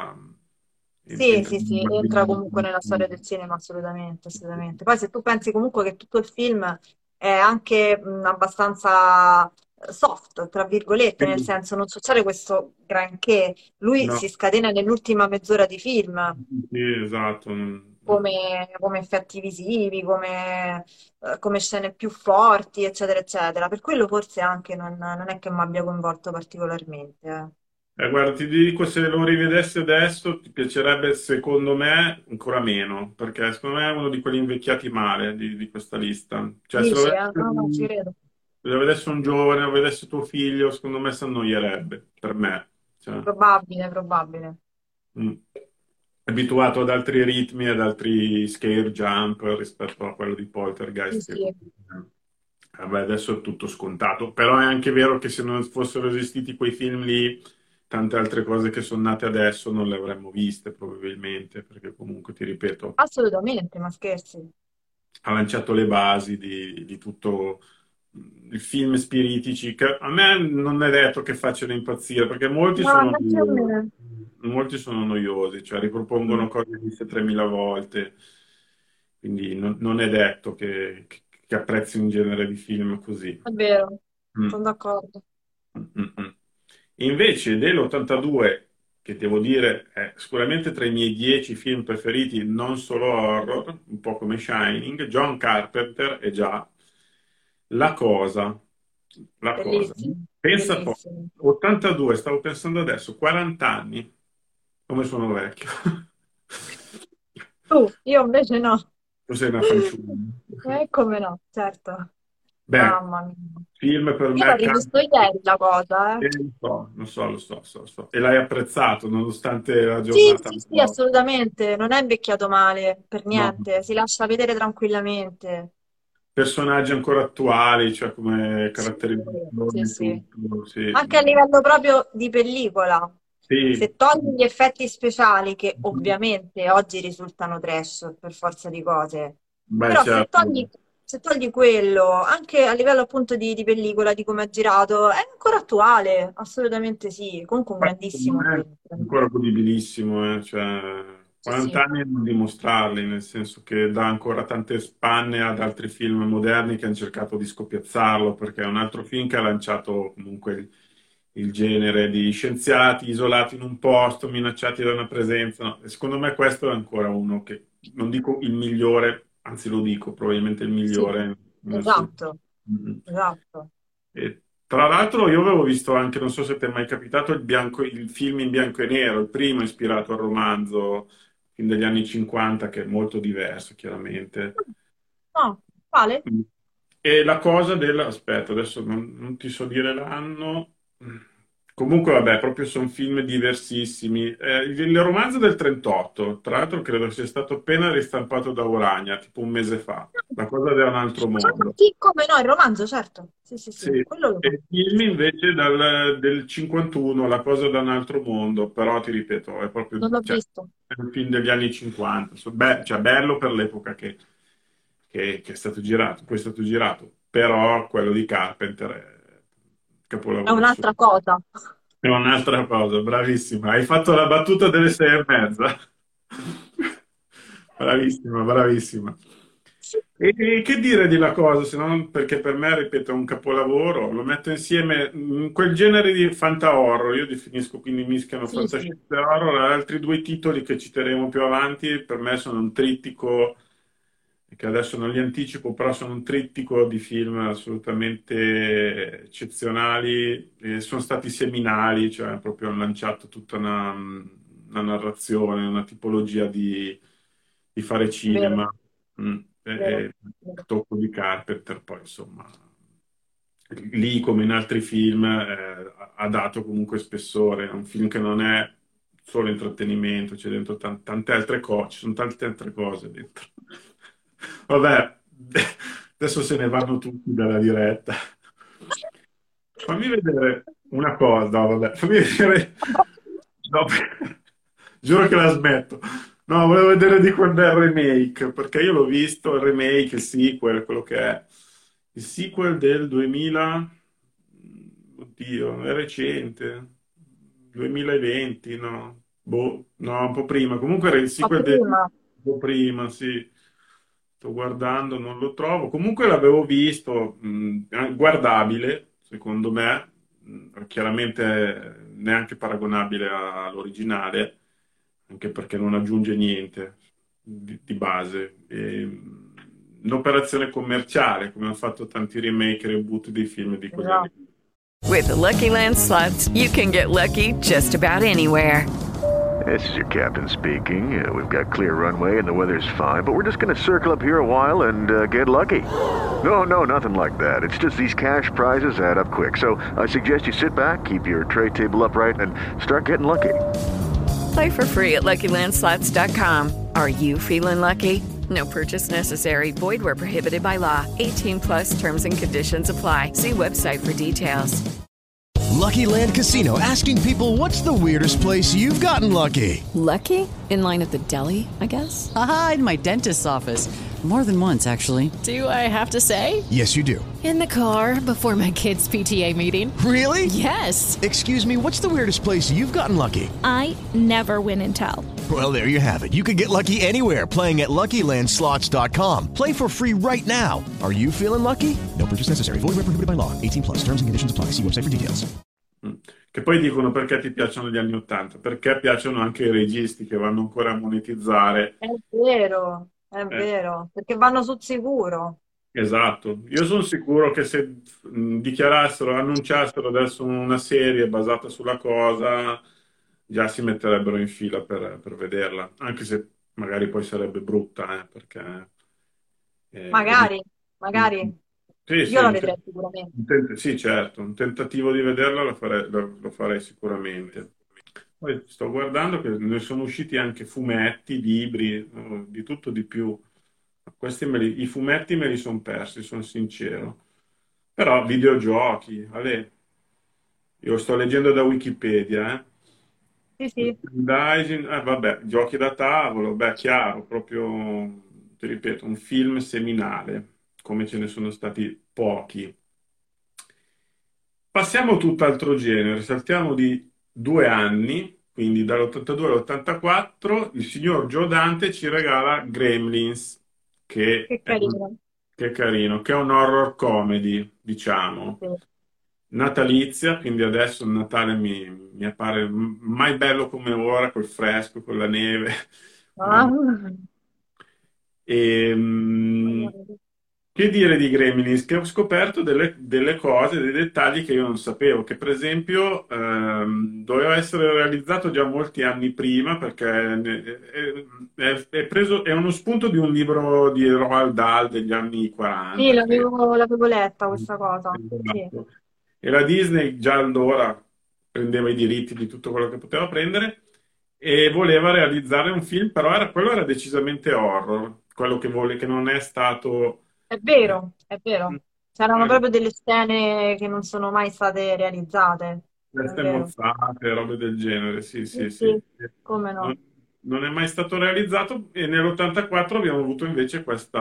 Speaker 4: Sì,
Speaker 3: entra
Speaker 4: sì,
Speaker 3: in
Speaker 4: sì, entra comunque nella storia del cinema, assolutamente, assolutamente. Poi se tu pensi comunque che tutto il film è anche abbastanza soft, tra virgolette, nel senso non succede questo granché, lui si
Speaker 3: No,
Speaker 4: scatena nell'ultima mezz'ora di film,
Speaker 3: sì, esatto.
Speaker 4: come effetti visivi, come scene più forti, eccetera, eccetera. Per quello forse anche non è che mi abbia coinvolto particolarmente.
Speaker 3: Guarda, ti dico, se lo rivedessi adesso ti piacerebbe, secondo me, ancora meno, perché secondo me è uno di quelli invecchiati male di questa lista. Cioè,
Speaker 4: Dici, eh? No, no, ci credo.
Speaker 3: se lo vedesse un giovane, lo vedesse tuo figlio, secondo me si annoierebbe, per me. Cioè,
Speaker 4: Probabile, probabile.
Speaker 3: mm. Abituato ad altri ritmi, ad altri scare jump rispetto a quello di
Speaker 4: Sì,
Speaker 3: Poltergeist, che
Speaker 4: sì,
Speaker 3: vabbè, adesso è tutto scontato. Però è anche vero che se non fossero esistiti quei film lì, tante altre cose che sono nate adesso non le avremmo viste probabilmente, perché comunque, ti ripeto,
Speaker 4: assolutamente, ma scherzi.
Speaker 3: ha lanciato le basi di tutto il film spiritici, che a me non è detto che facciano impazzire, perché
Speaker 4: No, neanche a me.
Speaker 3: molti sono noiosi, cioè ripropongono
Speaker 4: Mm,
Speaker 3: cose viste 3000 volte, quindi non è detto che apprezzi un genere di film così.
Speaker 4: è vero,
Speaker 3: Mm.
Speaker 4: sono d'accordo.
Speaker 3: Mm, mm, mm. Invece dell'82, che devo dire è sicuramente tra i miei 10 film preferiti, non solo horror, un po' come Shining, John Carpenter è già La Cosa. La Cosa.
Speaker 4: Bellissimo,
Speaker 3: Pensa poco.
Speaker 4: bellissimo.
Speaker 3: 82, stavo pensando adesso, 40 anni, come sono vecchio.
Speaker 4: Io invece no.
Speaker 3: Tu sei una fanciulla.
Speaker 4: Come no, certo.
Speaker 3: Beh,
Speaker 4: Mamma mia.
Speaker 3: film per
Speaker 4: Io l'ho
Speaker 3: me
Speaker 4: rivisto ieri la cosa, eh.
Speaker 3: lo so. E l'hai apprezzato nonostante la
Speaker 4: Sì,
Speaker 3: giornata
Speaker 4: sì,
Speaker 3: un
Speaker 4: sì,
Speaker 3: po'.
Speaker 4: assolutamente. Non è invecchiato male, per
Speaker 3: No.
Speaker 4: niente. Si lascia vedere tranquillamente.
Speaker 3: Personaggi ancora attuali, cioè come
Speaker 4: Sì, sì,
Speaker 3: caratterizzazione,
Speaker 4: sì.
Speaker 3: tutto, sì.
Speaker 4: Anche a livello proprio di pellicola.
Speaker 3: Sì.
Speaker 4: Se togli gli effetti speciali, che ovviamente oggi risultano trash per forza di cose,
Speaker 3: Beh,
Speaker 4: però
Speaker 3: certo.
Speaker 4: se togli quello, anche a livello appunto di pellicola, di come è girato, è ancora attuale, assolutamente sì. Comunque un
Speaker 3: Beh, secondo
Speaker 4: grandissimo
Speaker 3: me
Speaker 4: film.
Speaker 3: è ancora godibilissimo, cioè,
Speaker 4: Sì,
Speaker 3: 40
Speaker 4: sì,
Speaker 3: anni non dimostrarli, nel senso che dà ancora tante spanne ad altri film moderni che hanno cercato di scoppiazzarlo, perché è un altro film che ha lanciato comunque il genere di scienziati isolati in un posto, minacciati da una presenza. No, e secondo me questo è ancora uno che, non dico il migliore, anzi lo dico, probabilmente il
Speaker 4: sì,
Speaker 3: migliore in assoluto.
Speaker 4: esatto,
Speaker 3: Mm.
Speaker 4: esatto.
Speaker 3: E tra l'altro io avevo visto anche, non so se ti è mai capitato, il film in bianco e nero, il primo ispirato al romanzo, film degli anni 50, che è molto diverso, chiaramente.
Speaker 4: No, quale?
Speaker 3: Mm. E la cosa aspetta, adesso non ti so dire l'anno, Comunque, vabbè, proprio sono film diversissimi. Il romanzo del 38, tra l'altro, credo sia stato appena ristampato da Urania, tipo un mese fa. La cosa da un altro mondo.
Speaker 4: Sì, come no, il romanzo, certo. Sì, sì, sì,
Speaker 3: Sì.
Speaker 4: quello lo
Speaker 3: E
Speaker 4: so.
Speaker 3: il film invece del 51, La cosa da un altro mondo, però ti ripeto, è proprio,
Speaker 4: Non l'ho
Speaker 3: cioè,
Speaker 4: visto.
Speaker 3: è un film degli anni 50. Beh, cioè, bello per l'epoca che è stato girato, poi è stato girato, però quello di Carpenter è
Speaker 4: È
Speaker 3: capolavoro
Speaker 4: un'altra cosa.
Speaker 3: è un'altra cosa, bravissima. Hai fatto la battuta delle 6:30. Bravissima, bravissima. E che dire di La cosa, se non perché per me, ripeto, è un capolavoro, lo metto insieme in quel genere di fanta-horror, io definisco quindi mischiano
Speaker 4: Sì, sì.
Speaker 3: fantascienza e horror, altri due titoli che citeremo più avanti, per me sono un trittico, che adesso non li anticipo, però sono un trittico di film assolutamente eccezionali, e sono stati seminali, cioè proprio hanno lanciato tutta una narrazione, una tipologia di fare
Speaker 4: Vero,
Speaker 3: cinema.
Speaker 4: vero,
Speaker 3: E il
Speaker 4: vero.
Speaker 3: tocco di Carpenter, poi insomma, lì come in altri film ha dato comunque spessore. È un film che non è solo intrattenimento, c'è dentro tante altre cose, ci sono tante altre cose dentro. Vabbè, adesso se ne vanno tutti dalla diretta. Fammi vedere una cosa, no, vabbè, fammi vedere. No, giuro che la smetto. No, volevo vedere di quando è il remake, perché io l'ho visto, il remake, il sequel, quello che è. Il sequel del 2000, oddio, è recente, 2020, no? Boh, no, un po' prima. Comunque era il
Speaker 4: Ma
Speaker 3: sequel del
Speaker 4: prima,
Speaker 3: un po' prima, sì. Sto guardando, non lo trovo. Comunque l'avevo visto, guardabile, secondo me, chiaramente neanche paragonabile all'originale, anche perché non aggiunge niente di base. Un'operazione commerciale, come hanno fatto tanti remake e reboot dei film di quegli anni.
Speaker 4: esatto.
Speaker 11: With the Lucky Land Slots, you can get lucky just about anywhere.
Speaker 12: This is your captain speaking. We've got clear runway and the weather's fine, but we're just going to circle up here a while and get lucky. No, nothing like that. It's just these cash prizes add up quick. So I suggest you sit back, keep your tray table upright, and start getting lucky.
Speaker 11: Play for free at LuckyLandSlots.com. Are you feeling lucky? No purchase necessary. Void where prohibited by law. 18 plus terms and conditions apply. See website for details.
Speaker 5: Lucky Land Casino, asking people, what's the weirdest place you've gotten lucky?
Speaker 6: Lucky? In line at the deli, I guess?
Speaker 7: Aha, in my dentist's office. More than once, actually.
Speaker 6: Do I have to say?
Speaker 5: Yes, you do.
Speaker 6: In the car before my kids' PTA meeting.
Speaker 5: Really?
Speaker 6: Yes.
Speaker 5: Excuse me, what's the weirdest place you've gotten lucky?
Speaker 8: I never win and tell.
Speaker 5: Well, there you have it. You can get lucky anywhere, playing at LuckyLandSlots.com. Play for free right now. Are you feeling lucky? No purchase necessary. Void where prohibited by law. 18 plus. Terms and conditions apply. See website for details.
Speaker 3: Che poi dicono perché ti piacciono gli anni Ottanta, perché piacciono anche i registi che vanno ancora a monetizzare.
Speaker 4: È vero, perché vanno sul sicuro.
Speaker 3: Esatto, io sono sicuro che se dichiarassero, annunciassero adesso una serie basata sulla cosa, già si metterebbero in fila per vederla, anche se magari poi sarebbe brutta, perché...
Speaker 4: Magari, magari.
Speaker 3: Sì, sì,
Speaker 4: Io la vedrei sicuramente.
Speaker 3: sì, certo, un tentativo di vederla lo farei sicuramente. Poi sto guardando che ne sono usciti anche fumetti, libri, di tutto di più. I fumetti me li sono persi, sono sincero. Però videogiochi, Ale, io sto leggendo da Wikipedia,
Speaker 4: Sì, sì.
Speaker 3: Merchandising, vabbè, giochi da tavolo, beh, chiaro, proprio, ti ripeto, un film seminale, come ce ne sono stati pochi. Passiamo tutt'altro genere, saltiamo di 2 anni, quindi dall'82 all'84, il signor Joe Dante ci regala Gremlins,
Speaker 4: Che
Speaker 3: che
Speaker 4: carino.
Speaker 3: che è carino, che è un horror comedy, diciamo,
Speaker 4: Sì.
Speaker 3: natalizia, quindi adesso il Natale mi appare mai bello come ora, col fresco, con la neve.
Speaker 4: Ah.
Speaker 3: E, che dire di Gremlins? Che ho scoperto delle cose, dei dettagli che io non sapevo, che per esempio doveva essere realizzato già molti anni prima, perché è uno spunto di un libro di Roald Dahl degli anni
Speaker 4: Sì,
Speaker 3: 40.
Speaker 4: l'avevo letta questa cosa. Sì.
Speaker 3: Esatto. E la Disney già allora prendeva i diritti di tutto quello che poteva prendere e voleva realizzare un film, però quello era decisamente horror, quello che non è stato...
Speaker 4: È
Speaker 3: eh,
Speaker 4: vero, è vero. C'erano
Speaker 3: eh,
Speaker 4: proprio delle scene che non sono mai state realizzate. È
Speaker 3: teste
Speaker 4: vero.
Speaker 3: mozzate, robe del genere, sì,
Speaker 4: Sì,
Speaker 3: sì, sì.
Speaker 4: sì, come
Speaker 3: Non,
Speaker 4: no.
Speaker 3: non è mai stato realizzato e nell'84 abbiamo avuto invece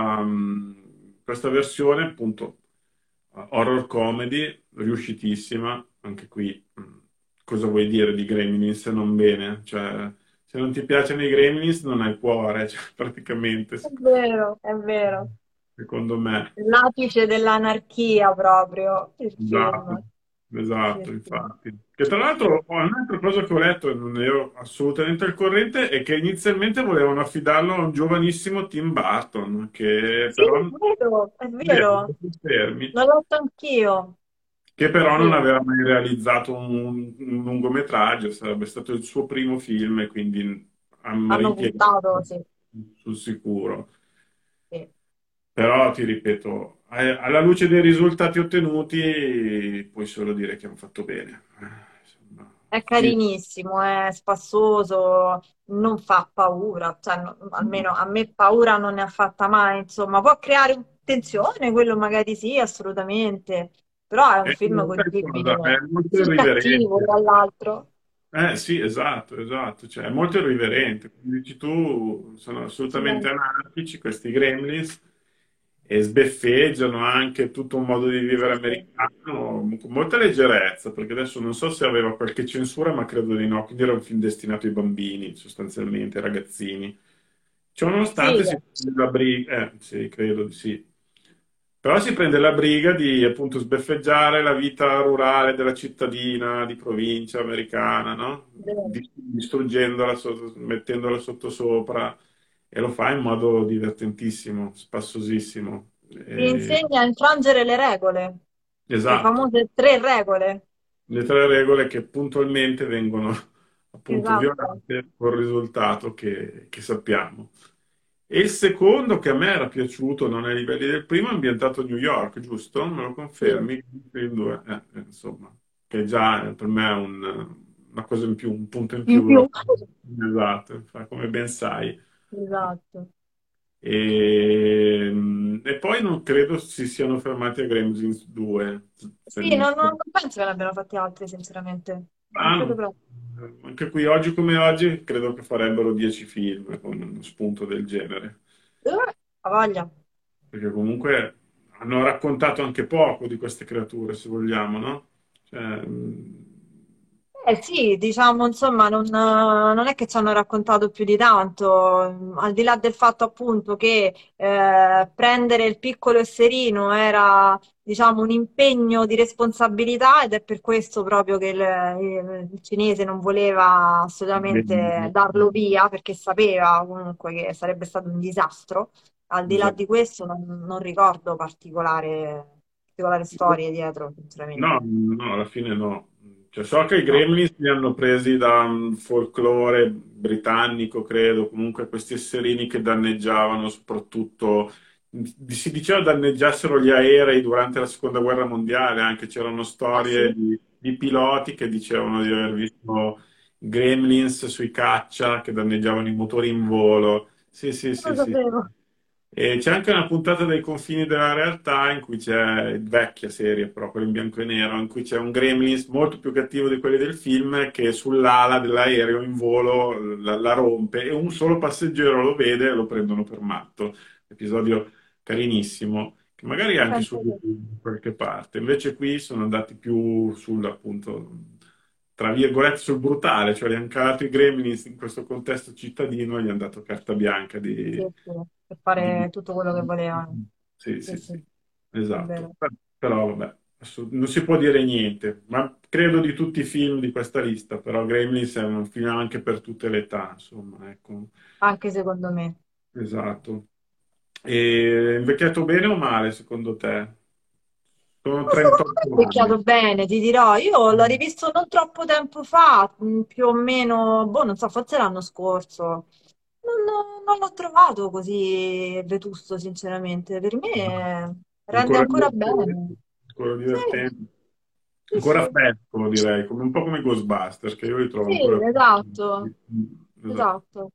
Speaker 3: questa versione, appunto, horror comedy, riuscitissima, anche qui, cosa vuoi dire di Gremlins se non bene? Cioè, se non ti piacciono i Gremlins non hai cuore, cioè, praticamente,
Speaker 4: È vero.
Speaker 3: secondo me.
Speaker 4: L'apice dell'anarchia proprio, il
Speaker 3: Esatto,
Speaker 4: film. Sì,
Speaker 3: esatto,
Speaker 4: sì.
Speaker 3: infatti. Che tra l'altro, un'altra cosa che ho letto e non ero assolutamente al corrente è che inizialmente volevano affidarlo a un giovanissimo Tim Burton, che
Speaker 4: Sì,
Speaker 3: però,
Speaker 4: è
Speaker 3: vero,
Speaker 4: vero.
Speaker 3: fermi,
Speaker 4: L'ho letto anch'io.
Speaker 3: che però non
Speaker 4: Sì,
Speaker 3: aveva mai realizzato un lungometraggio, sarebbe stato il suo primo film e quindi hanno
Speaker 4: hanno
Speaker 3: richiesto
Speaker 4: puntato, sì,
Speaker 3: sul sicuro.
Speaker 4: sì.
Speaker 3: Però ti ripeto, alla luce dei risultati ottenuti, puoi solo dire che hanno fatto bene. Insomma,
Speaker 4: È
Speaker 3: sì,
Speaker 4: carinissimo, è spassoso, non fa paura, cioè, almeno a me paura non ne ha fatta mai, insomma, può creare tensione, quello magari sì, assolutamente, però è un film
Speaker 3: è
Speaker 4: godibile,
Speaker 3: molto
Speaker 4: sul cattivo,
Speaker 3: irriverente.
Speaker 4: tra l'altro.
Speaker 3: Sì, esatto, esatto, cioè è molto irriverente. Come dici tu, sono assolutamente
Speaker 4: Sì,
Speaker 3: anarchici questi gremlins e sbeffeggiano anche tutto un modo di
Speaker 4: sì,
Speaker 3: vivere
Speaker 4: sì.
Speaker 3: americano con molta leggerezza, perché adesso non so se aveva qualche censura, ma credo di no, quindi era un film destinato ai bambini, sostanzialmente, ai ragazzini.
Speaker 4: Sì,
Speaker 3: Ciononostante si prende la briga, sì, credo di sì. Però si prende la briga di appunto sbeffeggiare la vita rurale della cittadina di provincia americana, no?
Speaker 4: vero.
Speaker 3: Distruggendola, mettendola sottosopra e lo fa in modo divertentissimo, spassosissimo.
Speaker 4: Ti insegna a infrangere le regole, le
Speaker 3: Esatto,
Speaker 4: famose tre regole.
Speaker 3: le tre regole che puntualmente vengono appunto
Speaker 4: Esatto.
Speaker 3: violate col risultato che sappiamo. E il secondo che a me era piaciuto, non ai livelli del primo, è ambientato a New York, giusto? Me lo
Speaker 4: Sì,
Speaker 3: confermi? Il due, insomma, che già per me è una cosa in più, un punto in
Speaker 4: in
Speaker 3: più.
Speaker 4: più.
Speaker 3: Esatto, come ben sai.
Speaker 4: Esatto.
Speaker 3: E poi non credo si siano fermati a Gremlins 2.
Speaker 4: Sì, non penso che ne abbiano fatti altri, sinceramente. Non
Speaker 3: Ah,
Speaker 4: credo
Speaker 3: no.
Speaker 4: proprio.
Speaker 3: Anche qui, oggi come oggi, credo che farebbero 10 film con uno spunto del genere.
Speaker 4: Ha voglia.
Speaker 3: Perché comunque hanno raccontato anche poco di queste creature, se vogliamo, no? Cioè,
Speaker 4: Eh sì, diciamo, insomma, non è che ci hanno raccontato più di tanto, al di là del fatto appunto che prendere il piccolo esserino era, diciamo, un impegno di responsabilità ed è per questo proprio che il cinese non voleva assolutamente darlo via, perché sapeva comunque che sarebbe stato un disastro. Al di là
Speaker 3: esatto.
Speaker 4: di questo non ricordo particolari storie dietro,
Speaker 3: No,
Speaker 4: sinceramente.
Speaker 3: no, alla fine no. Cioè, so che i
Speaker 4: No.
Speaker 3: Gremlins li hanno presi da un folklore britannico, credo, comunque questi esserini che danneggiavano soprattutto, si diceva danneggiassero gli aerei durante la seconda guerra mondiale, anche c'erano
Speaker 4: Ah
Speaker 3: storie
Speaker 4: sì?
Speaker 3: di piloti che dicevano di aver visto Gremlins sui caccia che danneggiavano i motori in volo. Sì, sì,
Speaker 4: Non
Speaker 3: sì,
Speaker 4: lo
Speaker 3: sì.
Speaker 4: sapevo.
Speaker 3: E c'è anche una puntata dei confini della realtà in cui c'è vecchia serie, però quella in bianco e nero, in cui c'è un Gremlins molto più cattivo di quelli del film che sull'ala dell'aereo in volo la rompe e un solo passeggero lo vede e lo prendono per matto. Episodio carinissimo, che magari è anche su
Speaker 4: Penso che...
Speaker 3: YouTube da qualche parte. Invece qui sono andati più sul, appunto, tra virgolette, sul brutale, cioè gli hanno calato i Gremlins in questo contesto cittadino e gli hanno dato carta bianca
Speaker 4: Sì, sì, per
Speaker 3: di-
Speaker 4: fare tutto quello che volevano.
Speaker 3: Sì,
Speaker 4: Sì,
Speaker 3: sì,
Speaker 4: sì,
Speaker 3: sì,
Speaker 4: è
Speaker 3: esatto.
Speaker 4: vero.
Speaker 3: Però vabbè, non si può dire niente, ma credo di tutti i film di questa lista, però Gremlins è un film anche per tutte le età, insomma, ecco,
Speaker 4: Anche secondo me.
Speaker 3: esatto. E è invecchiato bene o male, secondo te? Sono
Speaker 4: Ma secondo me è
Speaker 3: 38 anni.
Speaker 4: invecchiato bene, ti dirò. Io l'ho rivisto non troppo tempo fa, più o meno, boh, non so, forse l'anno scorso. Non l'ho trovato così vetusto, sinceramente. Per me rende
Speaker 3: Ancora
Speaker 4: ancora
Speaker 3: divertente,
Speaker 4: bene.
Speaker 3: ancora
Speaker 4: Sì,
Speaker 3: divertente.
Speaker 4: Sì,
Speaker 3: Ancora
Speaker 4: sì.
Speaker 3: fresco, direi, come un po' come Ghostbusters, che io li trovo
Speaker 4: Sì,
Speaker 3: ancora.
Speaker 4: esatto,
Speaker 3: Esatto.
Speaker 4: esatto.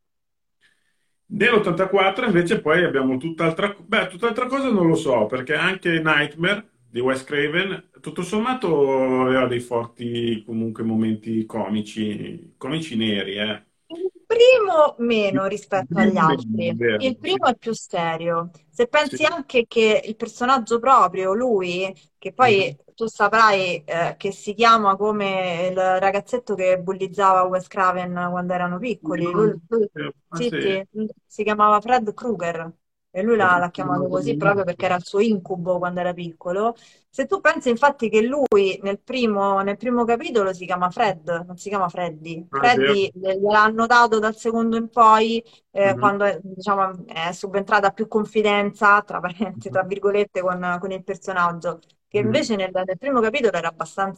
Speaker 3: Nell'84 invece poi abbiamo tutt'altra cosa non lo so, perché anche Nightmare di Wes Craven, tutto sommato aveva dei forti comunque momenti comici, comici neri, eh.
Speaker 4: Il primo meno rispetto agli altri.
Speaker 3: Vero,
Speaker 4: Il
Speaker 3: sì,
Speaker 4: primo è più serio. Se
Speaker 3: sì.
Speaker 4: pensi anche che il personaggio proprio, lui, che
Speaker 3: Mhm.
Speaker 4: poi tu saprai che si chiama come il ragazzetto che bullizzava Wes Craven quando erano piccoli.
Speaker 3: Ah,
Speaker 4: Sì,
Speaker 3: sì.
Speaker 4: sì, si chiamava Fred Krueger e lui l'ha chiamato così proprio perché era il suo incubo quando era piccolo. Se tu pensi infatti che lui nel primo capitolo si chiama Fred, non si chiama Freddy.
Speaker 3: Ah, è vero.
Speaker 4: Freddy gliel'hanno dato dal secondo in poi,
Speaker 3: Mhm.
Speaker 4: quando diciamo, è subentrata più confidenza, tra parenti, tra virgolette, con il personaggio, che
Speaker 3: Mhm.
Speaker 4: invece nel primo capitolo era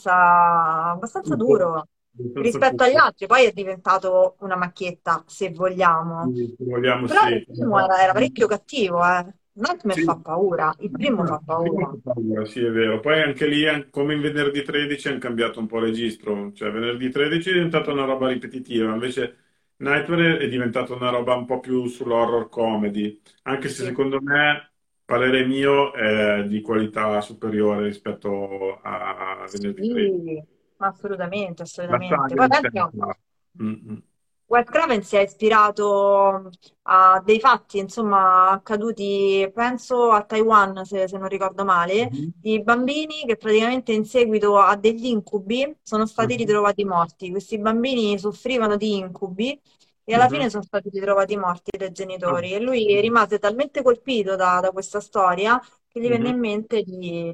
Speaker 4: abbastanza
Speaker 3: Un po'
Speaker 4: duro
Speaker 3: abbastanza
Speaker 4: rispetto agli
Speaker 3: cupo.
Speaker 4: altri. Poi è diventato una macchietta, se vogliamo.
Speaker 3: Se vogliamo,
Speaker 4: Però
Speaker 3: sì.
Speaker 4: il primo era parecchio cattivo, eh. Nightmare
Speaker 3: Sì.
Speaker 4: fa paura, il primo fa
Speaker 3: Prima
Speaker 4: paura.
Speaker 3: che paura, sì, è vero. Poi anche lì, come in Venerdì 13, hanno cambiato un po' registro. Cioè, Venerdì 13 è diventata una roba ripetitiva, invece Nightmare è diventata una roba un po' più sull'horror comedy, anche se
Speaker 4: Sì,
Speaker 3: secondo me, parere mio, è di qualità superiore rispetto a Venerdì 13.
Speaker 4: sì, assolutamente,
Speaker 3: La
Speaker 4: assolutamente.
Speaker 3: saga
Speaker 4: Poi
Speaker 3: in sé.
Speaker 4: pensa,
Speaker 3: Mm,
Speaker 4: Wes Craven si è ispirato a dei fatti, insomma, accaduti, penso, a Taiwan, se non ricordo male,
Speaker 3: mm.
Speaker 4: di bambini che praticamente in seguito a degli incubi sono stati
Speaker 3: Mhm,
Speaker 4: ritrovati morti. Questi bambini soffrivano di incubi e alla
Speaker 3: mhm.
Speaker 4: fine sono stati ritrovati morti dai
Speaker 3: Ah,
Speaker 4: genitori. E lui rimase talmente colpito da questa storia che gli venne
Speaker 3: mhm.
Speaker 4: in mente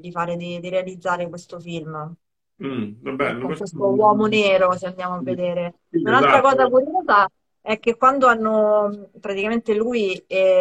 Speaker 4: di realizzare questo film
Speaker 3: Va bello,
Speaker 4: con
Speaker 3: questo
Speaker 4: questo uomo nero, se andiamo a
Speaker 3: sì,
Speaker 4: vedere.
Speaker 3: sì,
Speaker 4: Un'altra
Speaker 3: esatto.
Speaker 4: cosa curiosa è che quando hanno praticamente lui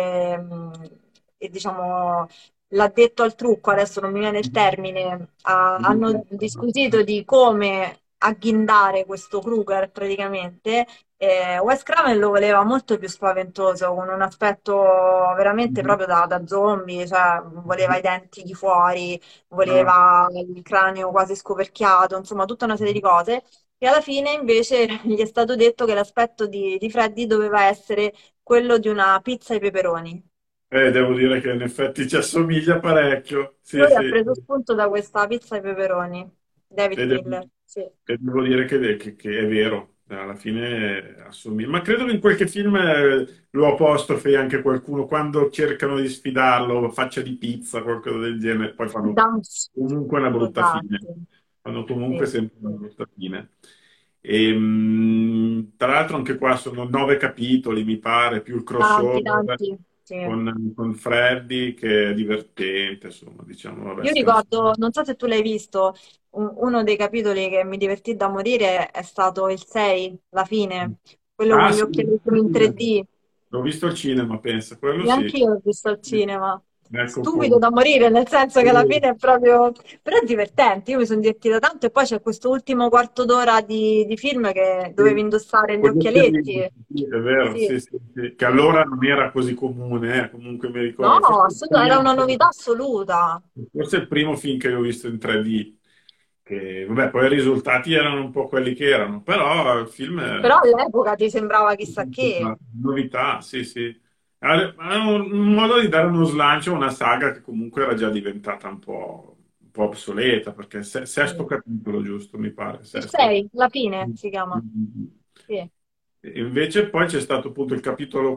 Speaker 4: diciamo l'ha detto al trucco, adesso non mi viene il termine, hanno discusso di come agghindare questo Kruger praticamente. Wes Craven lo voleva molto più spaventoso, con un aspetto veramente proprio da zombie, cioè voleva i denti di fuori,
Speaker 3: Ah,
Speaker 4: voleva il cranio quasi scoperchiato, insomma, tutta una serie di cose. E alla fine invece gli è stato detto che l'aspetto di Freddy doveva essere quello di una pizza ai peperoni.
Speaker 3: devo dire che in effetti ci assomiglia parecchio. Sì,
Speaker 4: Lui ha
Speaker 3: sì.
Speaker 4: preso spunto da questa pizza ai peperoni, David
Speaker 3: E devo,
Speaker 4: Miller, sì.
Speaker 3: e devo dire che è vero, alla fine assomiglia. Ma credo che in qualche film lo apostrofi anche qualcuno quando cercano di sfidarlo, faccia di pizza, qualcosa del genere, poi fanno
Speaker 4: Dance.
Speaker 3: comunque una brutta fine.
Speaker 4: Esatto,
Speaker 3: Fanno comunque
Speaker 4: sì,
Speaker 3: sempre una
Speaker 4: sì.
Speaker 3: brutta fine. Tra l'altro anche qua sono 9 capitoli, mi pare, più il
Speaker 4: Tanti,
Speaker 3: crossover
Speaker 4: tanti, sì.
Speaker 3: con Freddy, che è divertente, insomma, diciamo, vabbè,
Speaker 4: Io
Speaker 3: scherzo.
Speaker 4: ricordo, non so se tu l'hai visto, uno dei capitoli che mi divertì da morire è stato il 6, la fine, quello con
Speaker 3: Ah,
Speaker 4: gli
Speaker 3: sì,
Speaker 4: occhialetti in 3D.
Speaker 3: l'ho visto al cinema, pensa, quello sì.
Speaker 4: Neanche io l'ho visto al cinema.
Speaker 3: Ecco
Speaker 4: Stupido
Speaker 3: pure.
Speaker 4: da morire, nel senso che alla fine è proprio. Però è divertente, io mi sono divertita tanto e poi c'è questo ultimo quarto d'ora di film che dovevi
Speaker 3: Sì,
Speaker 4: indossare gli
Speaker 3: con gli occhialetti,
Speaker 4: occhialetti.
Speaker 3: sì, è vero,
Speaker 4: Sì,
Speaker 3: sì, sì, sì. Che
Speaker 4: sì.
Speaker 3: allora non era così comune, comunque mi
Speaker 4: No,
Speaker 3: ricordo, forse
Speaker 4: era una novità assoluta.
Speaker 3: è il primo film che ho visto in 3D, che vabbè, poi i risultati erano un po' quelli che erano, però il film è
Speaker 4: Però all'epoca ti sembrava chissà che.
Speaker 3: una novità, sì, sì. Era un modo di dare uno slancio a una saga che comunque era già diventata un po' obsoleta, perché sesto
Speaker 4: Sì.
Speaker 3: capitolo, giusto, mi pare,
Speaker 4: Il
Speaker 3: sesto.
Speaker 4: 6, la fine si chiama. Sì.
Speaker 3: E invece poi c'è stato appunto il capitolo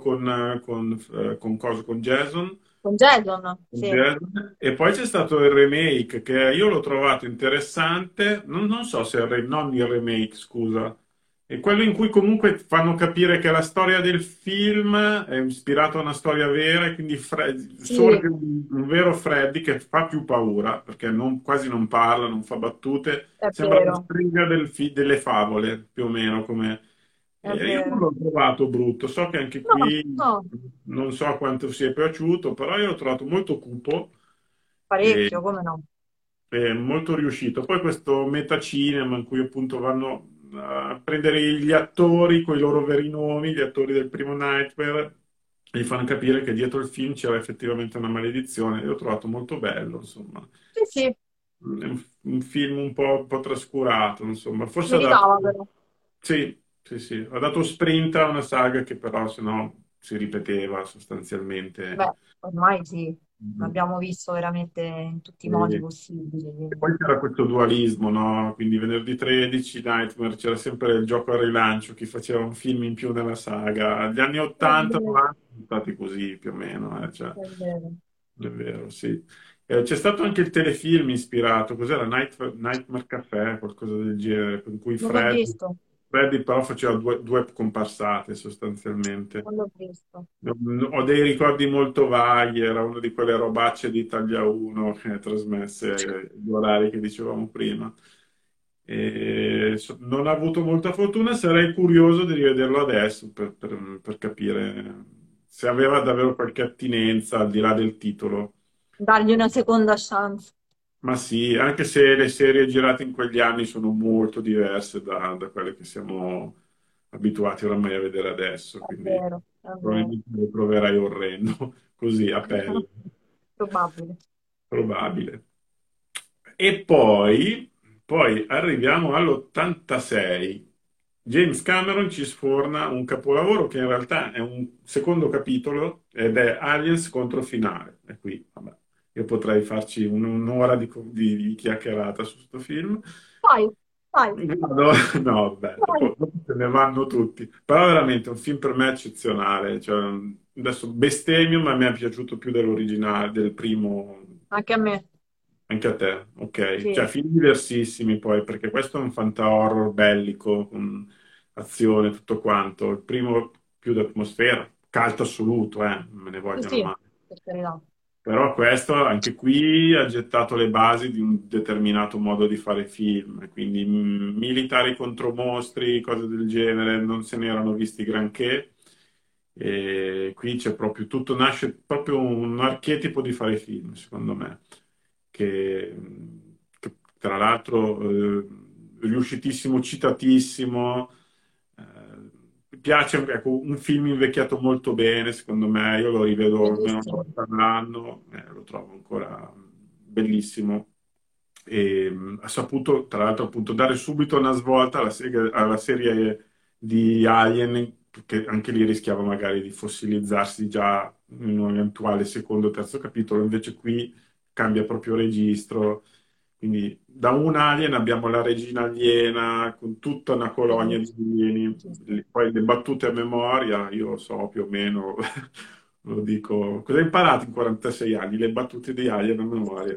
Speaker 3: con Jason,
Speaker 4: Con Jason, sì.
Speaker 3: e poi c'è stato il remake che io l'ho trovato interessante, non so se non il remake, scusa, è quello in cui comunque fanno capire che la storia del film è ispirata a una storia vera e quindi
Speaker 4: Sì,
Speaker 3: sorge un vero Freddy che fa più paura perché quasi non parla, non fa battute,
Speaker 4: è
Speaker 3: sembra la
Speaker 4: vero,
Speaker 3: stringa delle favole più o meno come.
Speaker 4: è
Speaker 3: Io non
Speaker 4: vero.
Speaker 3: l'ho trovato brutto, so che anche
Speaker 4: No,
Speaker 3: qui
Speaker 4: no,
Speaker 3: non so quanto sia piaciuto, però io l'ho trovato molto cupo e,
Speaker 4: parecchio, come no?
Speaker 3: e molto riuscito. Poi questo metacinema in cui appunto vanno a prendere gli attori con i loro veri nomi, gli attori del primo Nightmare, e gli fanno capire che dietro il film c'era effettivamente una maledizione. Io l'ho trovato molto bello, insomma.
Speaker 4: Sì, sì,
Speaker 3: un film un po' trascurato, insomma. Forse ha
Speaker 4: Meritava
Speaker 3: dato...
Speaker 4: però.
Speaker 3: Sì, sì, sì. Ha dato sprint a una saga che però, se no, si ripeteva
Speaker 4: Beh,
Speaker 3: sostanzialmente.
Speaker 4: ormai sì,
Speaker 3: Mhm.
Speaker 4: l'abbiamo visto veramente in tutti i modi
Speaker 3: E
Speaker 4: possibili,
Speaker 3: e
Speaker 4: quindi.
Speaker 3: poi c'era questo dualismo, no? Quindi venerdì 13, Nightmare, c'era sempre il gioco al rilancio, chi faceva un film in più nella saga. Gli anni
Speaker 4: È
Speaker 3: 80,
Speaker 4: vero,
Speaker 3: 90 sono stati così più o meno, cioè,
Speaker 4: è vero.
Speaker 3: è vero, sì. C'è stato anche il telefilm ispirato, cos'era? Nightmare Café, qualcosa del genere, in cui
Speaker 4: Non l'ho visto,
Speaker 3: Freddy però faceva due comparsate sostanzialmente.
Speaker 4: non l'ho visto.
Speaker 3: Ho dei ricordi molto vaghi, era una di quelle robacce di Italia 1 che trasmesse gli orari che dicevamo prima. Non ho avuto molta fortuna, sarei curioso di rivederlo adesso per capire se aveva davvero qualche attinenza al di là del titolo.
Speaker 4: Dargli una seconda chance.
Speaker 3: Ma sì, anche se le serie girate in quegli anni sono molto diverse da quelle che siamo abituati oramai a vedere adesso,
Speaker 4: È
Speaker 3: quindi
Speaker 4: vero, è vero.
Speaker 3: probabilmente lo troverai orrendo, così a pelle,
Speaker 4: Probabile.
Speaker 3: probabile. E poi arriviamo all'86. James Cameron ci sforna un capolavoro che in realtà è un secondo capitolo ed è Aliens contro finale. E qui, vabbè, io potrei farci un'ora di chiacchierata su questo film.
Speaker 4: Vai, vai,
Speaker 3: No, no, vabbè,
Speaker 4: vai.
Speaker 3: dopo se ne vanno tutti. Però veramente è un film per me eccezionale. Cioè, adesso bestemmio, ma mi è piaciuto più dell'originale, del primo.
Speaker 4: Anche a me.
Speaker 3: Anche a te, ok. Cioè,
Speaker 4: Sì,
Speaker 3: film diversissimi poi, perché questo è un fanta-horror bellico, con azione, tutto quanto. Il primo più d'atmosfera, cult assoluto, non me ne
Speaker 4: sì,
Speaker 3: vogliono
Speaker 4: sì,
Speaker 3: mai.
Speaker 4: per carità.
Speaker 3: Però questo, anche qui, ha gettato le basi di un determinato modo di fare film. Quindi militari contro mostri, cose del genere, non se ne erano visti granché. E qui c'è proprio tutto, nasce proprio un archetipo di fare film, secondo me, che, che tra l'altro riuscitissimo, citatissimo. Mi piace, ecco, un film invecchiato molto bene, secondo me, io lo rivedo almeno una
Speaker 4: Bellissimo.
Speaker 3: volta all'anno, lo trovo ancora bellissimo e ha saputo, tra l'altro, appunto, dare subito una svolta alla serie di Alien, che anche lì rischiava magari di fossilizzarsi già in un eventuale secondo o terzo capitolo, invece qui cambia proprio registro. Quindi da un alien abbiamo la regina aliena con tutta una colonia di
Speaker 4: Bellissimo.
Speaker 3: alieni,
Speaker 4: Sì, sì.
Speaker 3: poi le battute a memoria, io so più o meno, lo dico. Cosa hai imparato in 46 anni? Le battute di alien a memoria.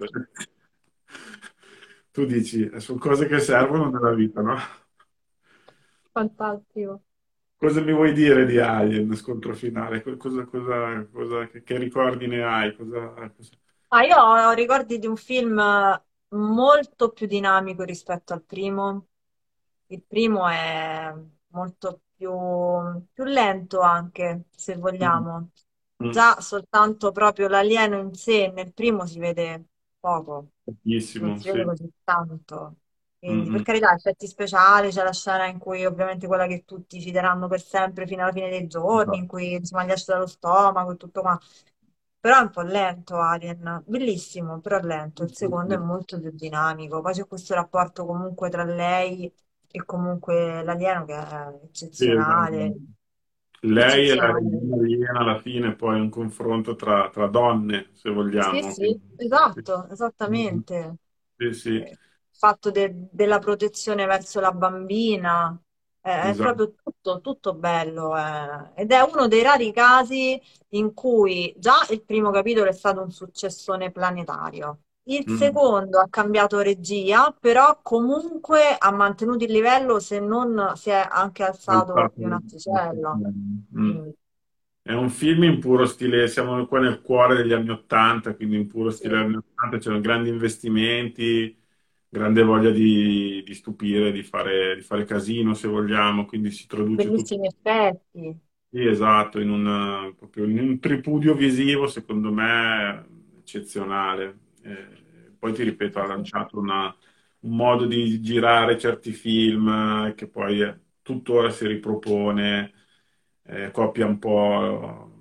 Speaker 3: Tu dici, sono cose che servono nella vita, no?
Speaker 4: Fantastico.
Speaker 3: Cosa mi vuoi dire di Alien, scontro finale? Che ricordi ne hai?
Speaker 4: Ah, io ho ricordi di un film molto più dinamico rispetto al primo. Il primo è molto più lento anche, se
Speaker 3: Mm,
Speaker 4: vogliamo.
Speaker 3: mm,
Speaker 4: Già soltanto proprio l'alieno in sé, nel primo si vede poco, non
Speaker 3: pochissimo,
Speaker 4: si vede
Speaker 3: sì.
Speaker 4: così tanto.
Speaker 3: Mm,
Speaker 4: Quindi, per
Speaker 3: mm,
Speaker 4: carità, effetti speciali, c'è la scena in cui ovviamente quella che tutti citeranno per sempre fino alla fine dei giorni, in
Speaker 3: esatto.
Speaker 4: cui insomma gli esce dallo stomaco e tutto qua. Però è un po' lento Alien, bellissimo, però lento. Il secondo è molto più dinamico. Poi c'è questo rapporto comunque tra lei e comunque l'alieno che è
Speaker 3: Sì, esatto.
Speaker 4: eccezionale,
Speaker 3: Lei e la
Speaker 4: eccezionale.
Speaker 3: regina aliena alla fine poi un confronto tra donne, se
Speaker 4: Sì,
Speaker 3: vogliamo.
Speaker 4: sì,
Speaker 3: Quindi, sì.
Speaker 4: esatto,
Speaker 3: Mm,
Speaker 4: esattamente.
Speaker 3: sì, sì,
Speaker 4: Il fatto della protezione verso la bambina, è
Speaker 3: esatto.
Speaker 4: proprio tutto bello. Ed è uno dei rari casi in cui già il primo capitolo è stato un successone planetario. Il
Speaker 3: Mm.
Speaker 4: secondo ha cambiato regia, però comunque ha mantenuto il livello, se non si è anche alzato
Speaker 3: Alzato.
Speaker 4: di un'asticella.
Speaker 3: Mm.
Speaker 4: Quindi,
Speaker 3: È un film in puro stile, siamo qua nel cuore degli anni Ottanta, quindi in puro stile
Speaker 4: sì,
Speaker 3: anni Ottanta c'erano grandi investimenti, grande voglia di stupire, di fare casino se vogliamo, quindi si traduce tutto.
Speaker 4: bellissimi effetti.
Speaker 3: Sì, esatto, proprio in un tripudio visivo, secondo me, eccezionale. Poi ti ripeto, ha lanciato un modo di girare certi film che poi tuttora si ripropone, copia un po'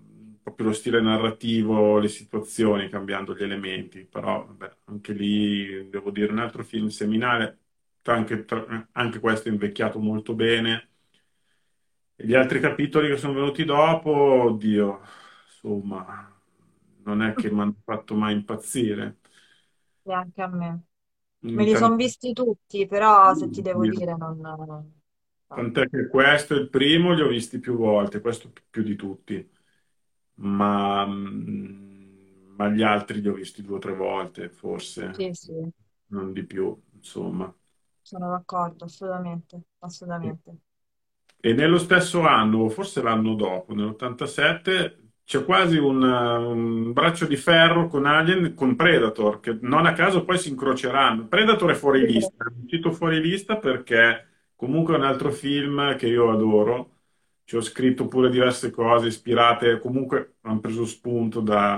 Speaker 3: proprio lo stile narrativo, le situazioni, cambiando gli elementi, però vabbè, anche lì devo dire un altro film seminale, anche questo è invecchiato molto bene. E gli altri capitoli che sono venuti dopo, oddio, insomma, non è che mi hanno fatto mai impazzire.
Speaker 4: Neanche a me. Me
Speaker 3: In
Speaker 4: li sono
Speaker 3: tanti-
Speaker 4: visti tutti, però se ti devo dire non... no.
Speaker 3: Tant'è che questo, il primo, li ho visti più volte, questo più di tutti, ma gli altri li ho visti 2 o 3 volte, forse,
Speaker 4: Sì, sì,
Speaker 3: non di più, insomma.
Speaker 4: sono d'accordo, assolutamente, assolutamente.
Speaker 3: E nello stesso anno, o forse l'anno dopo, nell'87, c'è quasi un braccio di ferro con Alien, con Predator, che non a caso poi si incroceranno. Predator è fuori lista, è uscito fuori lista perché comunque è un altro film che io adoro. Ci ho scritto pure diverse cose ispirate, comunque hanno preso spunto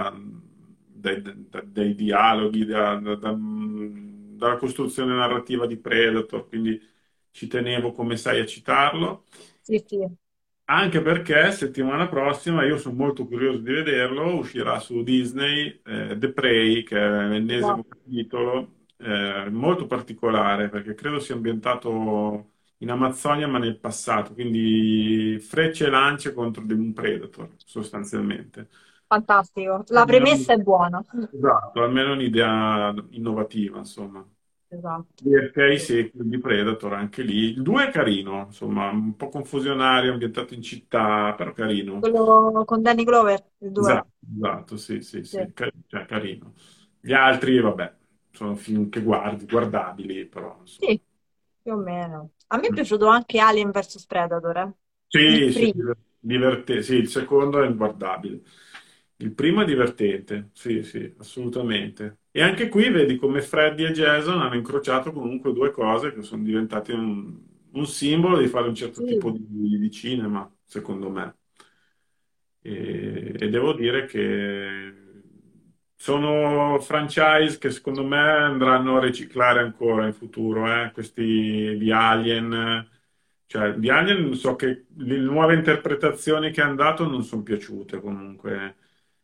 Speaker 3: dai dialoghi, dalla costruzione narrativa di Predator, quindi ci tenevo, come sai, a citarlo.
Speaker 4: Sì, sì.
Speaker 3: Anche perché settimana prossima, io sono molto curioso di vederlo, uscirà su Disney The Prey, che è l'ennesimo capitolo, molto particolare, perché credo sia ambientato in Amazzonia, ma nel passato, quindi frecce e lance contro un Predator, sostanzialmente.
Speaker 4: Fantastico. La
Speaker 3: Almeno-
Speaker 4: premessa è buona.
Speaker 3: Esatto, almeno un'idea innovativa, insomma.
Speaker 4: Esatto.
Speaker 3: Perché i sequel di Predator, anche lì. Il 2 è carino, insomma, un po' confusionario, ambientato in città, però carino.
Speaker 4: Quello con Danny Glover, il 2.
Speaker 3: Esatto, esatto, sì, sì,
Speaker 4: Sì,
Speaker 3: sì, cioè, carino. Gli altri, vabbè, sono film che guardabili, però, insomma.
Speaker 4: sì, più o meno. A me è piaciuto anche Alien vs Predator, il
Speaker 3: Sì, sì,
Speaker 4: primo.
Speaker 3: sì, il secondo è inguardabile. Il primo è divertente, sì, sì, assolutamente. E anche qui vedi come Freddy e Jason hanno incrociato comunque 2 cose che sono diventate un simbolo di fare un certo tipo
Speaker 4: Sì.
Speaker 3: di cinema, secondo me. E devo dire che sono franchise che secondo me andranno a riciclare ancora in futuro, questi di Alien. Cioè, di Alien so che le nuove interpretazioni che hanno dato non sono piaciute comunque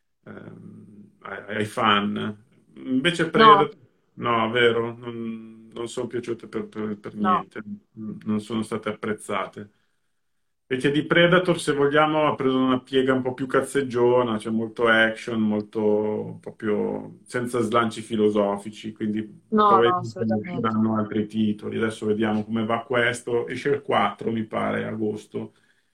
Speaker 3: ai fan. Invece
Speaker 4: No,
Speaker 3: Predator, no, vero, non sono piaciute per
Speaker 4: no.
Speaker 3: niente, non sono state apprezzate. Invece di Predator, se vogliamo, ha preso una piega un po' più cazzeggiona, c'è molto action, molto proprio senza slanci filosofici, quindi
Speaker 4: No, no,
Speaker 3: probabilmente
Speaker 4: assolutamente.
Speaker 3: usciranno altri titoli. Adesso vediamo come va questo. Esce il 4, mi pare, agosto.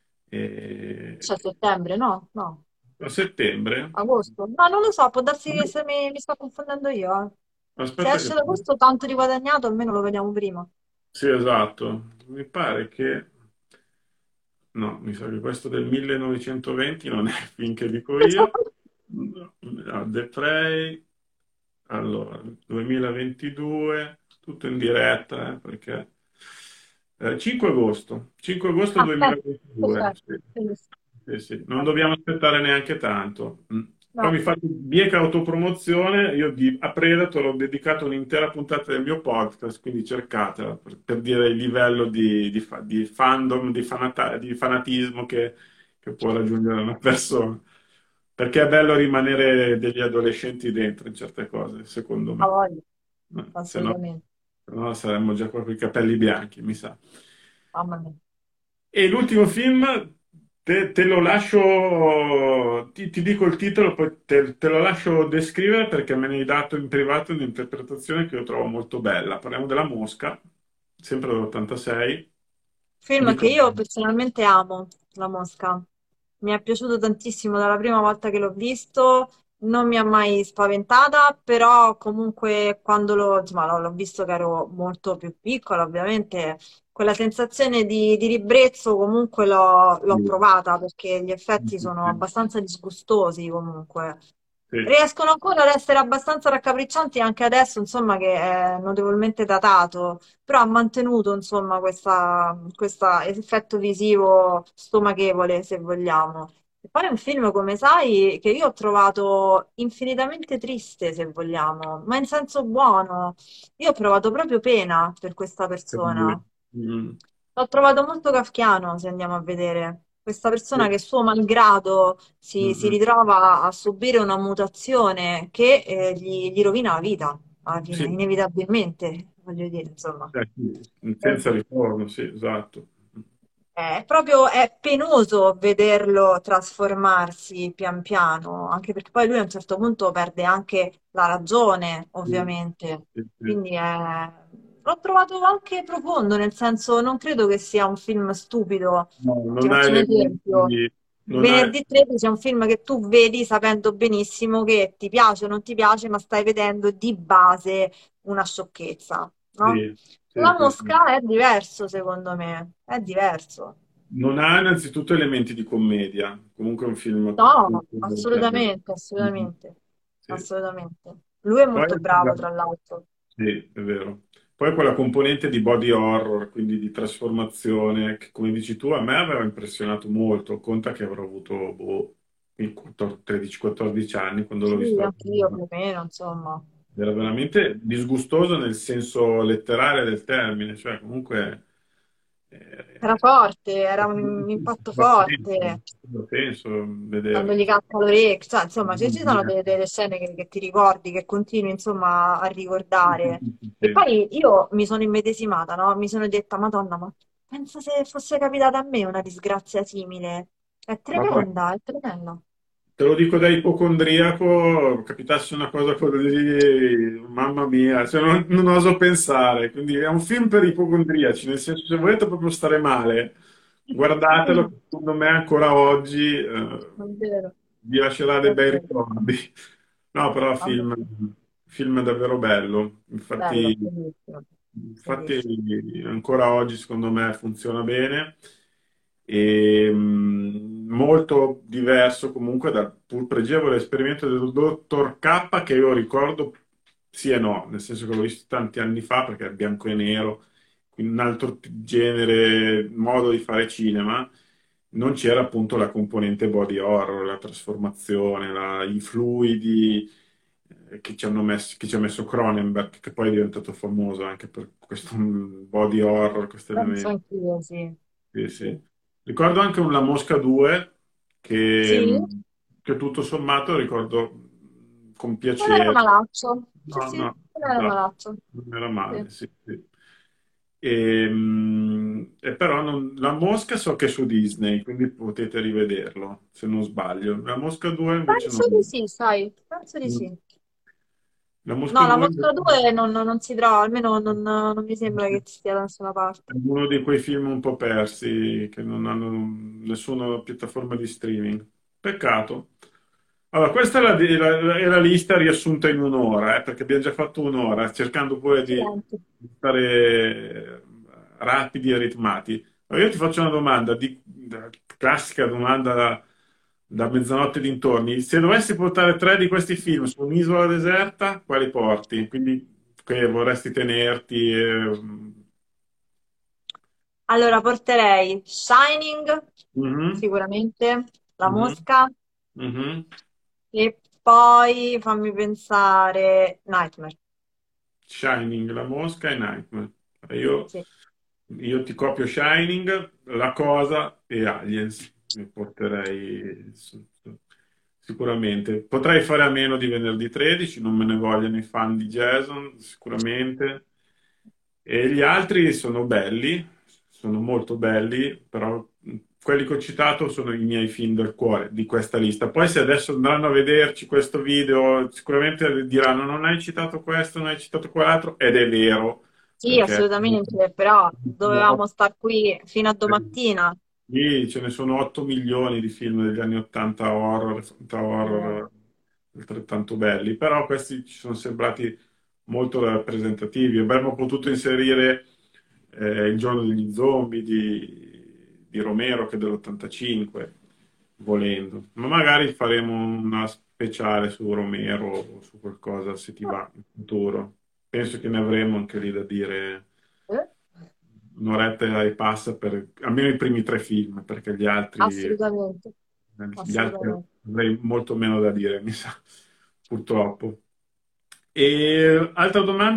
Speaker 3: E...
Speaker 4: C'è settembre, no? No.
Speaker 3: A settembre?
Speaker 4: Agosto? No, non lo so, può darsi che se mi sto confondendo io. Se
Speaker 3: Aspetta
Speaker 4: esce
Speaker 3: che...
Speaker 4: ad agosto tanto di guadagnato, almeno lo vediamo prima.
Speaker 3: Sì, esatto. Mi pare che... No, mi sa che questo del 1920 non è il film che dico io. No, The Prey, allora, 2022, tutto in diretta, perché 5 agosto, 5 agosto
Speaker 4: Ah,
Speaker 3: 2022,
Speaker 4: perfetto.
Speaker 3: sì.
Speaker 4: Benissimo.
Speaker 3: Sì, sì. Non dobbiamo aspettare neanche tanto. Poi
Speaker 4: No,
Speaker 3: mi fate bieca autopromozione, io a Predator ho dedicato un'intera puntata del mio podcast, quindi cercatela per dire il livello di fandom, di fanatismo che può raggiungere una persona. Perché è bello rimanere degli adolescenti dentro in certe cose, secondo
Speaker 4: a
Speaker 3: me.
Speaker 4: voglia,
Speaker 3: Se
Speaker 4: assolutamente.
Speaker 3: no saremmo già qua con i capelli bianchi, mi sa.
Speaker 4: Mamma mia.
Speaker 3: E l'ultimo film, te lo lascio, ti dico il titolo, poi te lo lascio descrivere perché me ne hai dato in privato un'interpretazione che io trovo molto bella. Parliamo della Mosca, sempre dell'86.
Speaker 4: Film che
Speaker 3: Dico,
Speaker 4: io personalmente amo, La Mosca. Mi è piaciuto tantissimo dalla prima volta che l'ho visto, non mi ha mai spaventata, però comunque quando insomma, l'ho visto che ero molto più piccola, ovviamente quella sensazione di ribrezzo comunque l'ho
Speaker 3: sì,
Speaker 4: provata perché gli effetti
Speaker 3: sì,
Speaker 4: sono
Speaker 3: sì,
Speaker 4: abbastanza disgustosi comunque.
Speaker 3: sì,
Speaker 4: Riescono ancora ad essere abbastanza raccapriccianti anche adesso, insomma, che è notevolmente datato, però ha mantenuto, insomma, questo effetto visivo stomachevole, se vogliamo. E poi è un film, come sai, che io ho trovato infinitamente triste, se vogliamo, ma in senso buono. Io ho provato proprio pena per questa
Speaker 3: per lui.
Speaker 4: persona.
Speaker 3: Mm.
Speaker 4: L'ho trovato molto kafkiano, se andiamo a vedere. questa persona che suo malgrado si
Speaker 3: Mhm.
Speaker 4: ritrova a subire una mutazione che gli rovina la vita, alla fine,
Speaker 3: Sì,
Speaker 4: inevitabilmente, voglio dire, insomma.
Speaker 3: sì,
Speaker 4: Eh,
Speaker 3: senza ritorno, sì, esatto.
Speaker 4: È proprio è penoso vederlo trasformarsi pian piano, anche perché poi lui a un certo punto perde anche la ragione,
Speaker 3: Sì,
Speaker 4: ovviamente.
Speaker 3: sì, sì.
Speaker 4: Quindi l'ho trovato anche profondo, nel senso non credo che sia un film stupido.
Speaker 3: No,
Speaker 4: Ti
Speaker 3: non ha
Speaker 4: faccio un esempio.
Speaker 3: elementi, non ha,
Speaker 4: Venerdì 13 è un film che tu vedi sapendo benissimo che ti piace o non ti piace, ma stai vedendo di base una sciocchezza, no?
Speaker 3: sì, sì,
Speaker 4: La
Speaker 3: sì, sì.
Speaker 4: Mosca è diverso, secondo me, è diverso.
Speaker 3: Non ha innanzitutto elementi di commedia, comunque è un film
Speaker 4: No,
Speaker 3: culto.
Speaker 4: assolutamente,
Speaker 3: Mhm.
Speaker 4: assolutamente,
Speaker 3: Sì.
Speaker 4: assolutamente. Lui è
Speaker 3: Poi,
Speaker 4: molto bravo, tra l'altro.
Speaker 3: sì, è vero. Poi quella componente di body horror, quindi di trasformazione, che come dici tu, a me aveva impressionato molto. Conta che avrò avuto 13-14 anni quando l'ho
Speaker 4: Sì,
Speaker 3: visto.
Speaker 4: anche io più o meno, insomma.
Speaker 3: Era veramente disgustoso nel senso letterale del termine, cioè comunque
Speaker 4: Era
Speaker 3: eh,
Speaker 4: forte, era un impatto forte.
Speaker 3: ha senso
Speaker 4: Quando
Speaker 3: vederlo.
Speaker 4: gli casca l'orecchio, cioè, insomma, ci sono delle scene che ti ricordi, che continui, insomma, a ricordare. E
Speaker 3: Sì.
Speaker 4: poi io mi sono immedesimata, no? Mi sono detta, Madonna, ma pensa se fosse capitata a me una disgrazia simile.
Speaker 3: Ma poi
Speaker 4: È tremenda.
Speaker 3: te lo dico da ipocondriaco, capitasse una cosa così, mamma mia, cioè non oso pensare. Quindi è un film per ipocondriaci, nel senso se volete proprio stare male, guardatelo, che secondo me ancora oggi
Speaker 4: È vero,
Speaker 3: vi lascerà
Speaker 4: è
Speaker 3: dei bei
Speaker 4: vero.
Speaker 3: ricordi. No, però
Speaker 4: Vabbè,
Speaker 3: film davvero bello.
Speaker 4: bello,
Speaker 3: Infatti,
Speaker 4: bellissimo,
Speaker 3: infatti
Speaker 4: bellissimo.
Speaker 3: ancora oggi secondo me funziona bene e molto diverso comunque dal pur pregevole esperimento del dottor K che io ricordo sì e no, nel senso che l'ho visto tanti anni fa perché è bianco e nero, quindi un altro genere, modo di fare cinema. Non c'era appunto la componente body horror, la trasformazione, i fluidi che ci ha messo Cronenberg, che poi è diventato famoso anche per questo body horror, questo
Speaker 4: Penso
Speaker 3: elemento.
Speaker 4: anch'io, sì.
Speaker 3: Sì,
Speaker 4: Sì?
Speaker 3: sì. Ricordo anche La Mosca 2
Speaker 4: Sì?
Speaker 3: che tutto sommato ricordo con
Speaker 4: Non era
Speaker 3: piacere.
Speaker 4: malaccio. Sì,
Speaker 3: No,
Speaker 4: sì,
Speaker 3: no,
Speaker 4: non era
Speaker 3: esatto,
Speaker 4: malaccio.
Speaker 3: non era
Speaker 4: Sì.
Speaker 3: male, sì, sì. E però La Mosca so che è su Disney, quindi potete rivederlo, se non sbaglio. La Mosca 2 invece
Speaker 4: Penso di
Speaker 3: non.
Speaker 4: sì, sai, penso di sì.
Speaker 3: La Mosca
Speaker 4: No, la
Speaker 3: 2
Speaker 4: Mostra 2 non si trova, almeno non mi sembra che ci sia da nessuna
Speaker 3: è
Speaker 4: parte.
Speaker 3: uno di quei film un po' persi che non hanno nessuna piattaforma di streaming. Peccato. Allora, questa è è la lista riassunta in un'ora, perché abbiamo già fatto un'ora, cercando pure di
Speaker 4: Accidenti.
Speaker 3: stare rapidi e ritmati. Allora, io ti faccio una domanda, classica domanda da mezzanotte dintorni. Se dovessi portare tre di questi film su un'isola deserta, quali porti? Quindi che vorresti tenerti?
Speaker 4: Allora, porterei Shining,
Speaker 3: Mhm,
Speaker 4: sicuramente, La
Speaker 3: mhm,
Speaker 4: Mosca,
Speaker 3: mhm.
Speaker 4: e poi fammi pensare, Nightmare.
Speaker 3: Shining, La Mosca e Nightmare. Io,
Speaker 4: Sì.
Speaker 3: io ti copio Shining, La Cosa e Aliens. Mi porterei sicuramente. Potrei fare a meno di Venerdì 13, non me ne vogliono i fan di Jason, sicuramente. E gli altri sono belli, sono molto belli, però quelli che ho citato sono i miei film del cuore di questa lista. Poi se adesso andranno a vederci questo video, sicuramente diranno non hai citato questo, non hai citato quell'altro, ed è vero,
Speaker 4: Sì,
Speaker 3: perché
Speaker 4: assolutamente, però dovevamo star qui fino a domattina.
Speaker 3: lì ce ne sono 8 milioni di film degli anni 80 horror,
Speaker 4: Eh,
Speaker 3: altrettanto belli, però questi ci sono sembrati molto rappresentativi. Avremmo potuto inserire Il giorno degli zombie di Romero, che è dell'85, volendo. Ma magari faremo una speciale su Romero o su qualcosa se ti va in futuro. Penso che ne avremo anche lì da dire
Speaker 4: eh,
Speaker 3: un'oretta e passa per almeno i primi tre film, perché
Speaker 4: assolutamente,
Speaker 3: gli altri
Speaker 4: assolutamente.
Speaker 3: avrei molto meno da dire, mi sa, purtroppo. E altra domanda,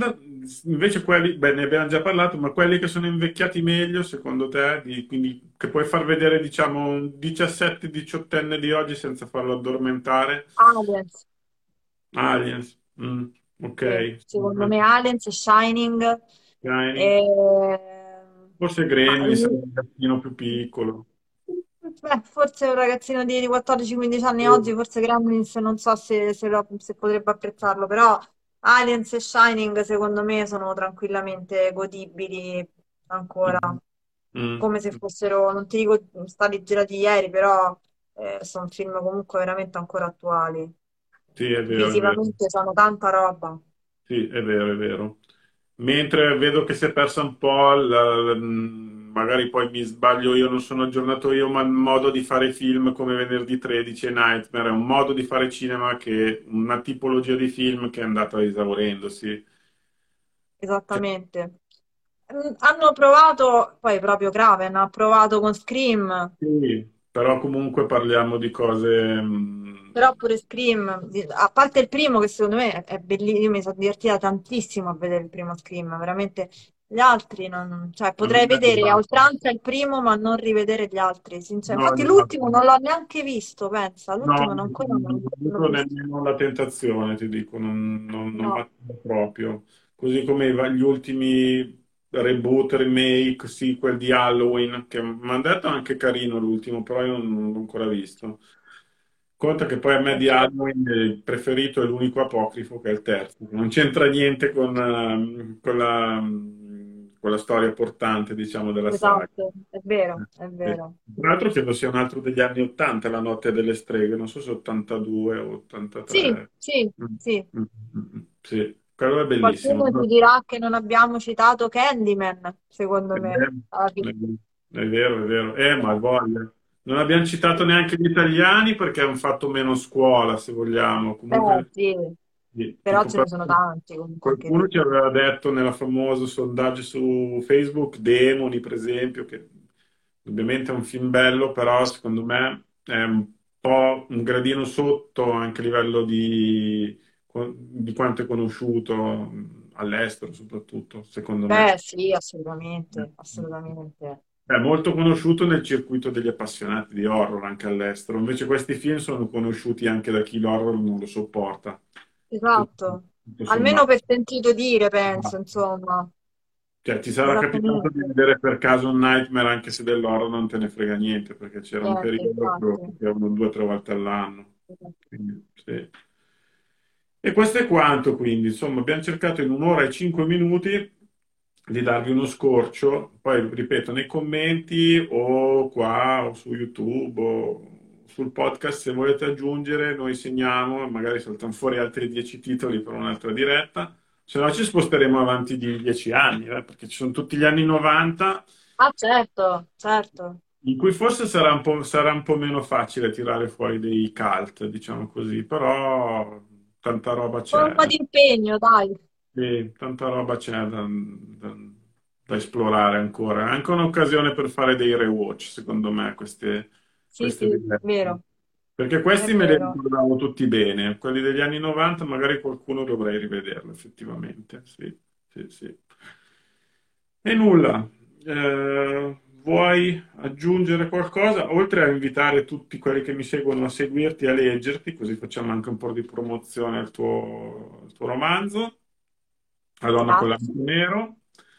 Speaker 3: invece quelli, beh, ne abbiamo già parlato, ma quelli che sono invecchiati meglio, secondo te, quindi che puoi far vedere, diciamo, un 17-18enne di oggi senza farlo addormentare?
Speaker 4: Aliens,
Speaker 3: Aliens,
Speaker 4: sì.
Speaker 3: ok.
Speaker 4: Secondo me Aliens, Shining,
Speaker 3: Shining.
Speaker 4: e...
Speaker 3: Forse
Speaker 4: ma
Speaker 3: Gremlins è un gattino più piccolo.
Speaker 4: beh, forse un ragazzino di 14-15 anni oggi, forse Gremlins non so se potrebbe apprezzarlo, però Aliens e Shining secondo me sono tranquillamente godibili ancora,
Speaker 3: Mm, mm.
Speaker 4: come se fossero, non ti dico stati girati ieri, però sono film comunque veramente ancora attuali.
Speaker 3: Sì, è vero, è vero.
Speaker 4: Visivamente sono tanta roba.
Speaker 3: Sì, è vero, è vero. Mentre vedo che si è persa un po', magari poi mi sbaglio io, non sono aggiornato io, ma il modo di fare film come Venerdì 13 e Nightmare è un modo di fare cinema che, una tipologia di film che è andata esaurendosi. Cioè,
Speaker 4: Esattamente. Hanno provato, poi proprio Craven ha provato con Scream.
Speaker 3: sì, però comunque parliamo di cose...
Speaker 4: Però pure Scream, a parte il primo che secondo me è bellissimo, io mi sono divertita tantissimo a vedere il primo Scream, veramente gli altri cioè
Speaker 3: non
Speaker 4: potrei
Speaker 3: è
Speaker 4: vedere a
Speaker 3: arrivato.
Speaker 4: oltranza il primo ma non rivedere gli altri,
Speaker 3: No,
Speaker 4: infatti
Speaker 3: esatto.
Speaker 4: l'ultimo non l'ho neanche visto, pensa,
Speaker 3: No,
Speaker 4: l'ultimo
Speaker 3: non
Speaker 4: ancora non
Speaker 3: ho
Speaker 4: l'ho
Speaker 3: avuto
Speaker 4: visto.
Speaker 3: nemmeno la tentazione, ti dico, non mi
Speaker 4: No,
Speaker 3: attira proprio. Così come gli ultimi reboot, remake, sequel di Halloween, che mi hanno detto anche carino l'ultimo, però io non l'ho ancora visto. Conta che poi a me di
Speaker 4: perché
Speaker 3: Halloween il preferito è l'unico apocrifo, che è il terzo. Non c'entra niente con la storia portante, diciamo, della saga.
Speaker 4: esatto, è vero, è
Speaker 3: Sì.
Speaker 4: vero.
Speaker 3: Tra l'altro credo sia un altro degli anni 80, La notte delle streghe, non so se 82 o
Speaker 4: Sì,
Speaker 3: 83.
Speaker 4: sì,
Speaker 3: Mm,
Speaker 4: sì.
Speaker 3: Sì, quello è bellissimo.
Speaker 4: Qualcuno ti dirà che non abbiamo citato Candyman, secondo
Speaker 3: È
Speaker 4: me,
Speaker 3: vero,
Speaker 4: alla
Speaker 3: è
Speaker 4: fine.
Speaker 3: vero, è vero. Ma voglia. Non abbiamo citato neanche gli italiani perché hanno fatto meno scuola, se vogliamo. Comunque,
Speaker 4: Sì,
Speaker 3: sì,
Speaker 4: però
Speaker 3: tipo,
Speaker 4: ce ne sono tanti comunque anche
Speaker 3: qualcuno
Speaker 4: lì.
Speaker 3: ci aveva detto nella famoso sondaggio su Facebook, Demoni, per esempio, che ovviamente è un film bello, però secondo me è un po' un gradino sotto anche a livello di quanto è conosciuto all'estero, soprattutto, secondo me.
Speaker 4: Beh, sì, assolutamente, assolutamente.
Speaker 3: È molto conosciuto nel circuito degli appassionati di horror anche all'estero, invece questi film sono conosciuti anche da chi l'horror non lo sopporta. Tutto,
Speaker 4: Esatto,
Speaker 3: tutto
Speaker 4: almeno
Speaker 3: sommato.
Speaker 4: per sentito dire, penso, insomma.
Speaker 3: Cioè, ti sarà capitato di
Speaker 4: Esattamente.
Speaker 3: vedere per caso un Nightmare anche se dell'horror non te ne frega niente, perché c'era un
Speaker 4: Niente,
Speaker 3: periodo che lo
Speaker 4: infatti.
Speaker 3: facevano 2 o 3 volte all'anno. Quindi, sì. E questo è quanto, quindi, insomma, abbiamo cercato in 1 ora e 5 minuti di darvi uno scorcio, poi ripeto, nei commenti o qua o su YouTube o sul podcast, se volete aggiungere, noi segniamo e magari saltano fuori altri 10 titoli per un'altra diretta, se no ci sposteremo avanti di 10 anni, perché ci sono tutti gli anni 90
Speaker 4: Ah, certo, certo.
Speaker 3: in cui forse sarà un po' meno facile tirare fuori dei cult, diciamo così, però tanta roba
Speaker 4: Con un po'
Speaker 3: c'è.
Speaker 4: di impegno, dai.
Speaker 3: Sì, tanta roba c'è da- da esplorare ancora. È anche un'occasione per fare dei rewatch, secondo me,
Speaker 4: Sì,
Speaker 3: queste
Speaker 4: sì,
Speaker 3: dirette.
Speaker 4: vero,
Speaker 3: Perché
Speaker 4: è
Speaker 3: questi me li
Speaker 4: vero.
Speaker 3: ricordavo tutti bene. Quelli degli anni 90 magari qualcuno dovrei rivederlo, effettivamente. Sì, sì, sì. E nulla. Vuoi aggiungere qualcosa? Oltre a invitare tutti quelli che mi seguono a seguirti e a leggerti, così facciamo anche un po' di promozione al tuo romanzo. La donna con
Speaker 4: Grazie.
Speaker 3: l'abito nero.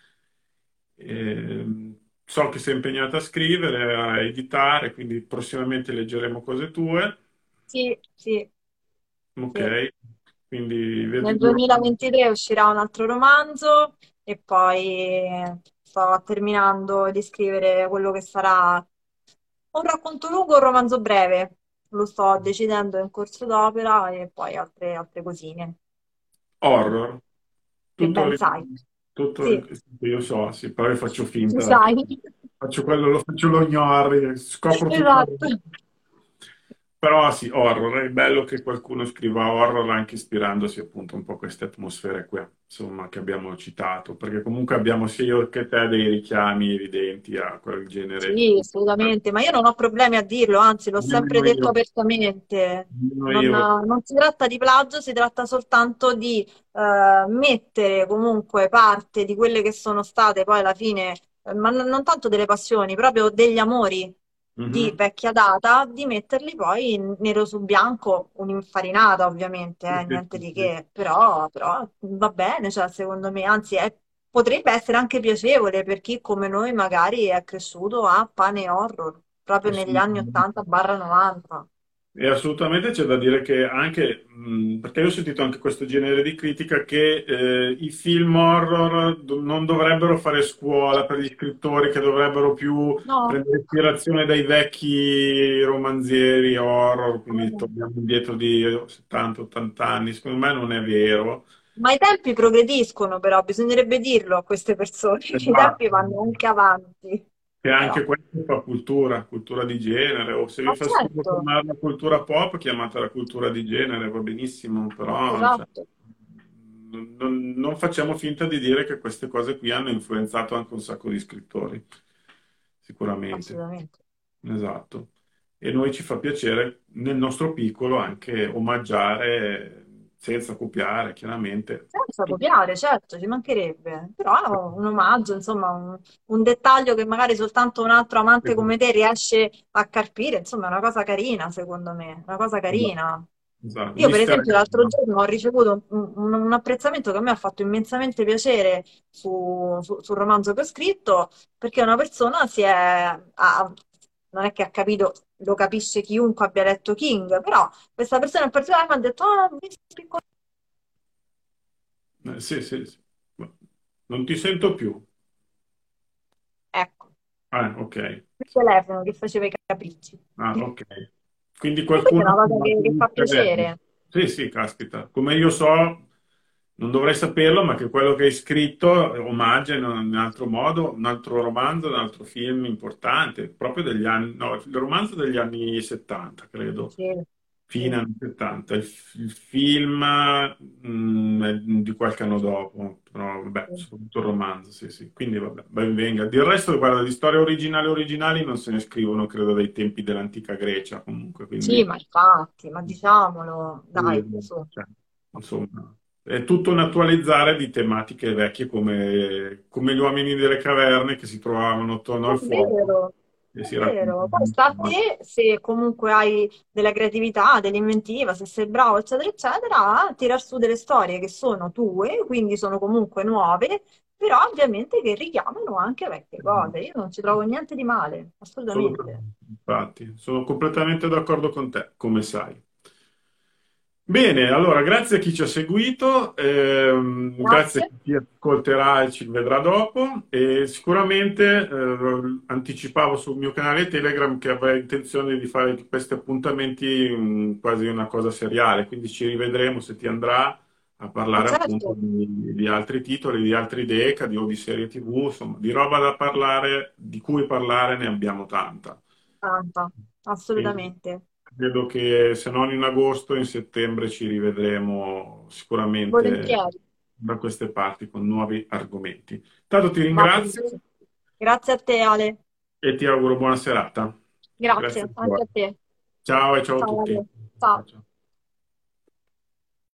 Speaker 3: So che sei impegnata a scrivere, a editare, quindi prossimamente leggeremo cose tue.
Speaker 4: Sì, sì, sì.
Speaker 3: Ok, quindi vedi
Speaker 4: Nel
Speaker 3: due romanzi.
Speaker 4: 2023 uscirà un altro romanzo e poi sto terminando di scrivere quello che sarà un racconto lungo o un romanzo breve. Lo sto decidendo in corso d'opera e poi altre cosine.
Speaker 3: Horror.
Speaker 4: Che
Speaker 3: Tutto,
Speaker 4: ben sai.
Speaker 3: tutto,
Speaker 4: Sì,
Speaker 3: io so, sì, però io faccio
Speaker 4: tu
Speaker 3: finta,
Speaker 4: sai.
Speaker 3: faccio quello, lo faccio lo gnarri, scopro tutto.
Speaker 4: Esatto.
Speaker 3: Però sì, horror, è bello che qualcuno scriva horror anche ispirandosi appunto un po' a queste atmosfere qui, insomma, che abbiamo citato, perché comunque abbiamo sia io che te dei richiami evidenti a quel genere.
Speaker 4: Sì, assolutamente, ma io non ho problemi a dirlo, anzi l'ho sempre
Speaker 3: Nemmeno
Speaker 4: detto
Speaker 3: io,
Speaker 4: apertamente.
Speaker 3: nemmeno
Speaker 4: Non,
Speaker 3: io.
Speaker 4: non si tratta di plagio, si tratta soltanto di mettere comunque parte di quelle che sono state poi alla fine, ma non tanto delle passioni, proprio degli amori di
Speaker 3: Mhm.
Speaker 4: vecchia data, di metterli poi nero su bianco, un'infarinata ovviamente,
Speaker 3: Sì, sì,
Speaker 4: niente
Speaker 3: sì,
Speaker 4: di
Speaker 3: sì.
Speaker 4: che, però va bene, cioè, secondo me, anzi potrebbe essere anche piacevole per chi come noi magari è cresciuto a pane e horror, proprio negli anni
Speaker 3: Assolutamente.
Speaker 4: 80-90.
Speaker 3: E assolutamente c'è da dire che anche, perché io ho sentito anche questo genere di critica, che i film horror non dovrebbero fare scuola per gli scrittori, che dovrebbero più
Speaker 4: No,
Speaker 3: prendere ispirazione dai vecchi romanzieri horror, quindi
Speaker 4: no.
Speaker 3: torniamo indietro di 70-80 anni. Secondo me non è vero.
Speaker 4: Ma i tempi progrediscono però, bisognerebbe dirlo a queste persone, che i tempi
Speaker 3: Esatto.
Speaker 4: vanno anche avanti.
Speaker 3: E
Speaker 4: Però,
Speaker 3: anche questo fa cultura, cultura di genere, o se vi
Speaker 4: ma
Speaker 3: fa schifo
Speaker 4: certo,
Speaker 3: chiamarla cultura pop, chiamatela cultura di genere, va benissimo, però cioè,
Speaker 4: esatto,
Speaker 3: non facciamo finta di dire che queste cose qui hanno influenzato anche un sacco di scrittori, sicuramente.
Speaker 4: assolutamente.
Speaker 3: Esatto. E noi ci fa piacere nel nostro piccolo anche omaggiare, senza copiare, chiaramente.
Speaker 4: Senza copiare, certo, ci mancherebbe, però è un omaggio, insomma, un dettaglio che magari soltanto un altro amante come te riesce a carpire, insomma, è una cosa carina, secondo me, una cosa
Speaker 3: Esatto,
Speaker 4: carina.
Speaker 3: esatto. Un
Speaker 4: Io, per
Speaker 3: easter
Speaker 4: esempio,
Speaker 3: egg,
Speaker 4: l'altro
Speaker 3: no?
Speaker 4: giorno ho ricevuto un apprezzamento che a me ha fatto immensamente piacere sul romanzo che ho scritto, perché una persona non è che ha capito, lo capisce chiunque abbia letto King, però questa persona in particolare mi ha detto, ah, ho visto
Speaker 3: Sì, sì, sì. Non ti sento più.
Speaker 4: ecco,
Speaker 3: Ok.
Speaker 4: il telefono che faceva i capricci.
Speaker 3: Ah, ok. Quindi
Speaker 4: E questa è
Speaker 3: qualcuno
Speaker 4: una
Speaker 3: ha
Speaker 4: cosa
Speaker 3: chiamato
Speaker 4: che
Speaker 3: un
Speaker 4: fa
Speaker 3: easter egg.
Speaker 4: piacere.
Speaker 3: Sì, sì, caspita. Come io so, non dovrei saperlo, ma che quello che hai scritto omaggia in un altro modo, un altro romanzo, un altro film importante, proprio degli anni, no, il romanzo degli anni 70, credo,
Speaker 4: Sì,
Speaker 3: fine
Speaker 4: sì.
Speaker 3: anni 70. Il film è di qualche anno dopo, però vabbè,
Speaker 4: Sì.
Speaker 3: soprattutto il romanzo, sì, sì. Quindi vabbè, ben venga. Del resto, guarda, di storie originali non se ne scrivono, credo, dai tempi dell'antica Grecia, comunque,
Speaker 4: Sì,
Speaker 3: quindi...
Speaker 4: ma infatti, ma diciamolo, dai, su.
Speaker 3: Cioè, insomma, è tutto un attualizzare di tematiche vecchie come gli uomini delle caverne che si trovavano attorno
Speaker 4: È
Speaker 3: al fuoco
Speaker 4: vero,
Speaker 3: e
Speaker 4: è
Speaker 3: si
Speaker 4: vero. Poi
Speaker 3: raccontavano
Speaker 4: sta a
Speaker 3: storie.
Speaker 4: te se comunque hai della creatività, dell'inventiva, se sei bravo, eccetera, eccetera, a tirar su delle storie che sono tue, quindi sono comunque nuove, però ovviamente che richiamano anche vecchie cose. Io non ci trovo niente di male, assolutamente.
Speaker 3: Assolutamente. Infatti, sono completamente d'accordo con te, come sai. Bene, allora grazie a chi ci ha seguito, grazie a
Speaker 4: Grazie.
Speaker 3: chi ci ascolterà e ci vedrà dopo e sicuramente anticipavo sul mio canale Telegram che avrei intenzione di fare di questi appuntamenti quasi una cosa seriale, quindi ci rivedremo se ti andrà a
Speaker 4: Ma
Speaker 3: parlare appunto
Speaker 4: certo,
Speaker 3: di altri titoli, di altri decadi o di serie TV, insomma, di roba da parlare, di cui parlare ne abbiamo tanta.
Speaker 4: tanta,
Speaker 3: E
Speaker 4: assolutamente.
Speaker 3: credo che se non in agosto, in settembre ci rivedremo sicuramente
Speaker 4: Volentieri.
Speaker 3: da queste parti con nuovi argomenti. Tanto ti
Speaker 4: Va
Speaker 3: ringrazio
Speaker 4: benissimo. Grazie a te, Ale.
Speaker 3: e ti auguro buona serata. Grazie
Speaker 4: Grazie, anche
Speaker 3: ancora.
Speaker 4: a te.
Speaker 3: Ciao e ciao a
Speaker 4: Ciao,
Speaker 3: tutti.
Speaker 4: Ale.
Speaker 3: Ciao,
Speaker 4: Ciao.
Speaker 3: ciao.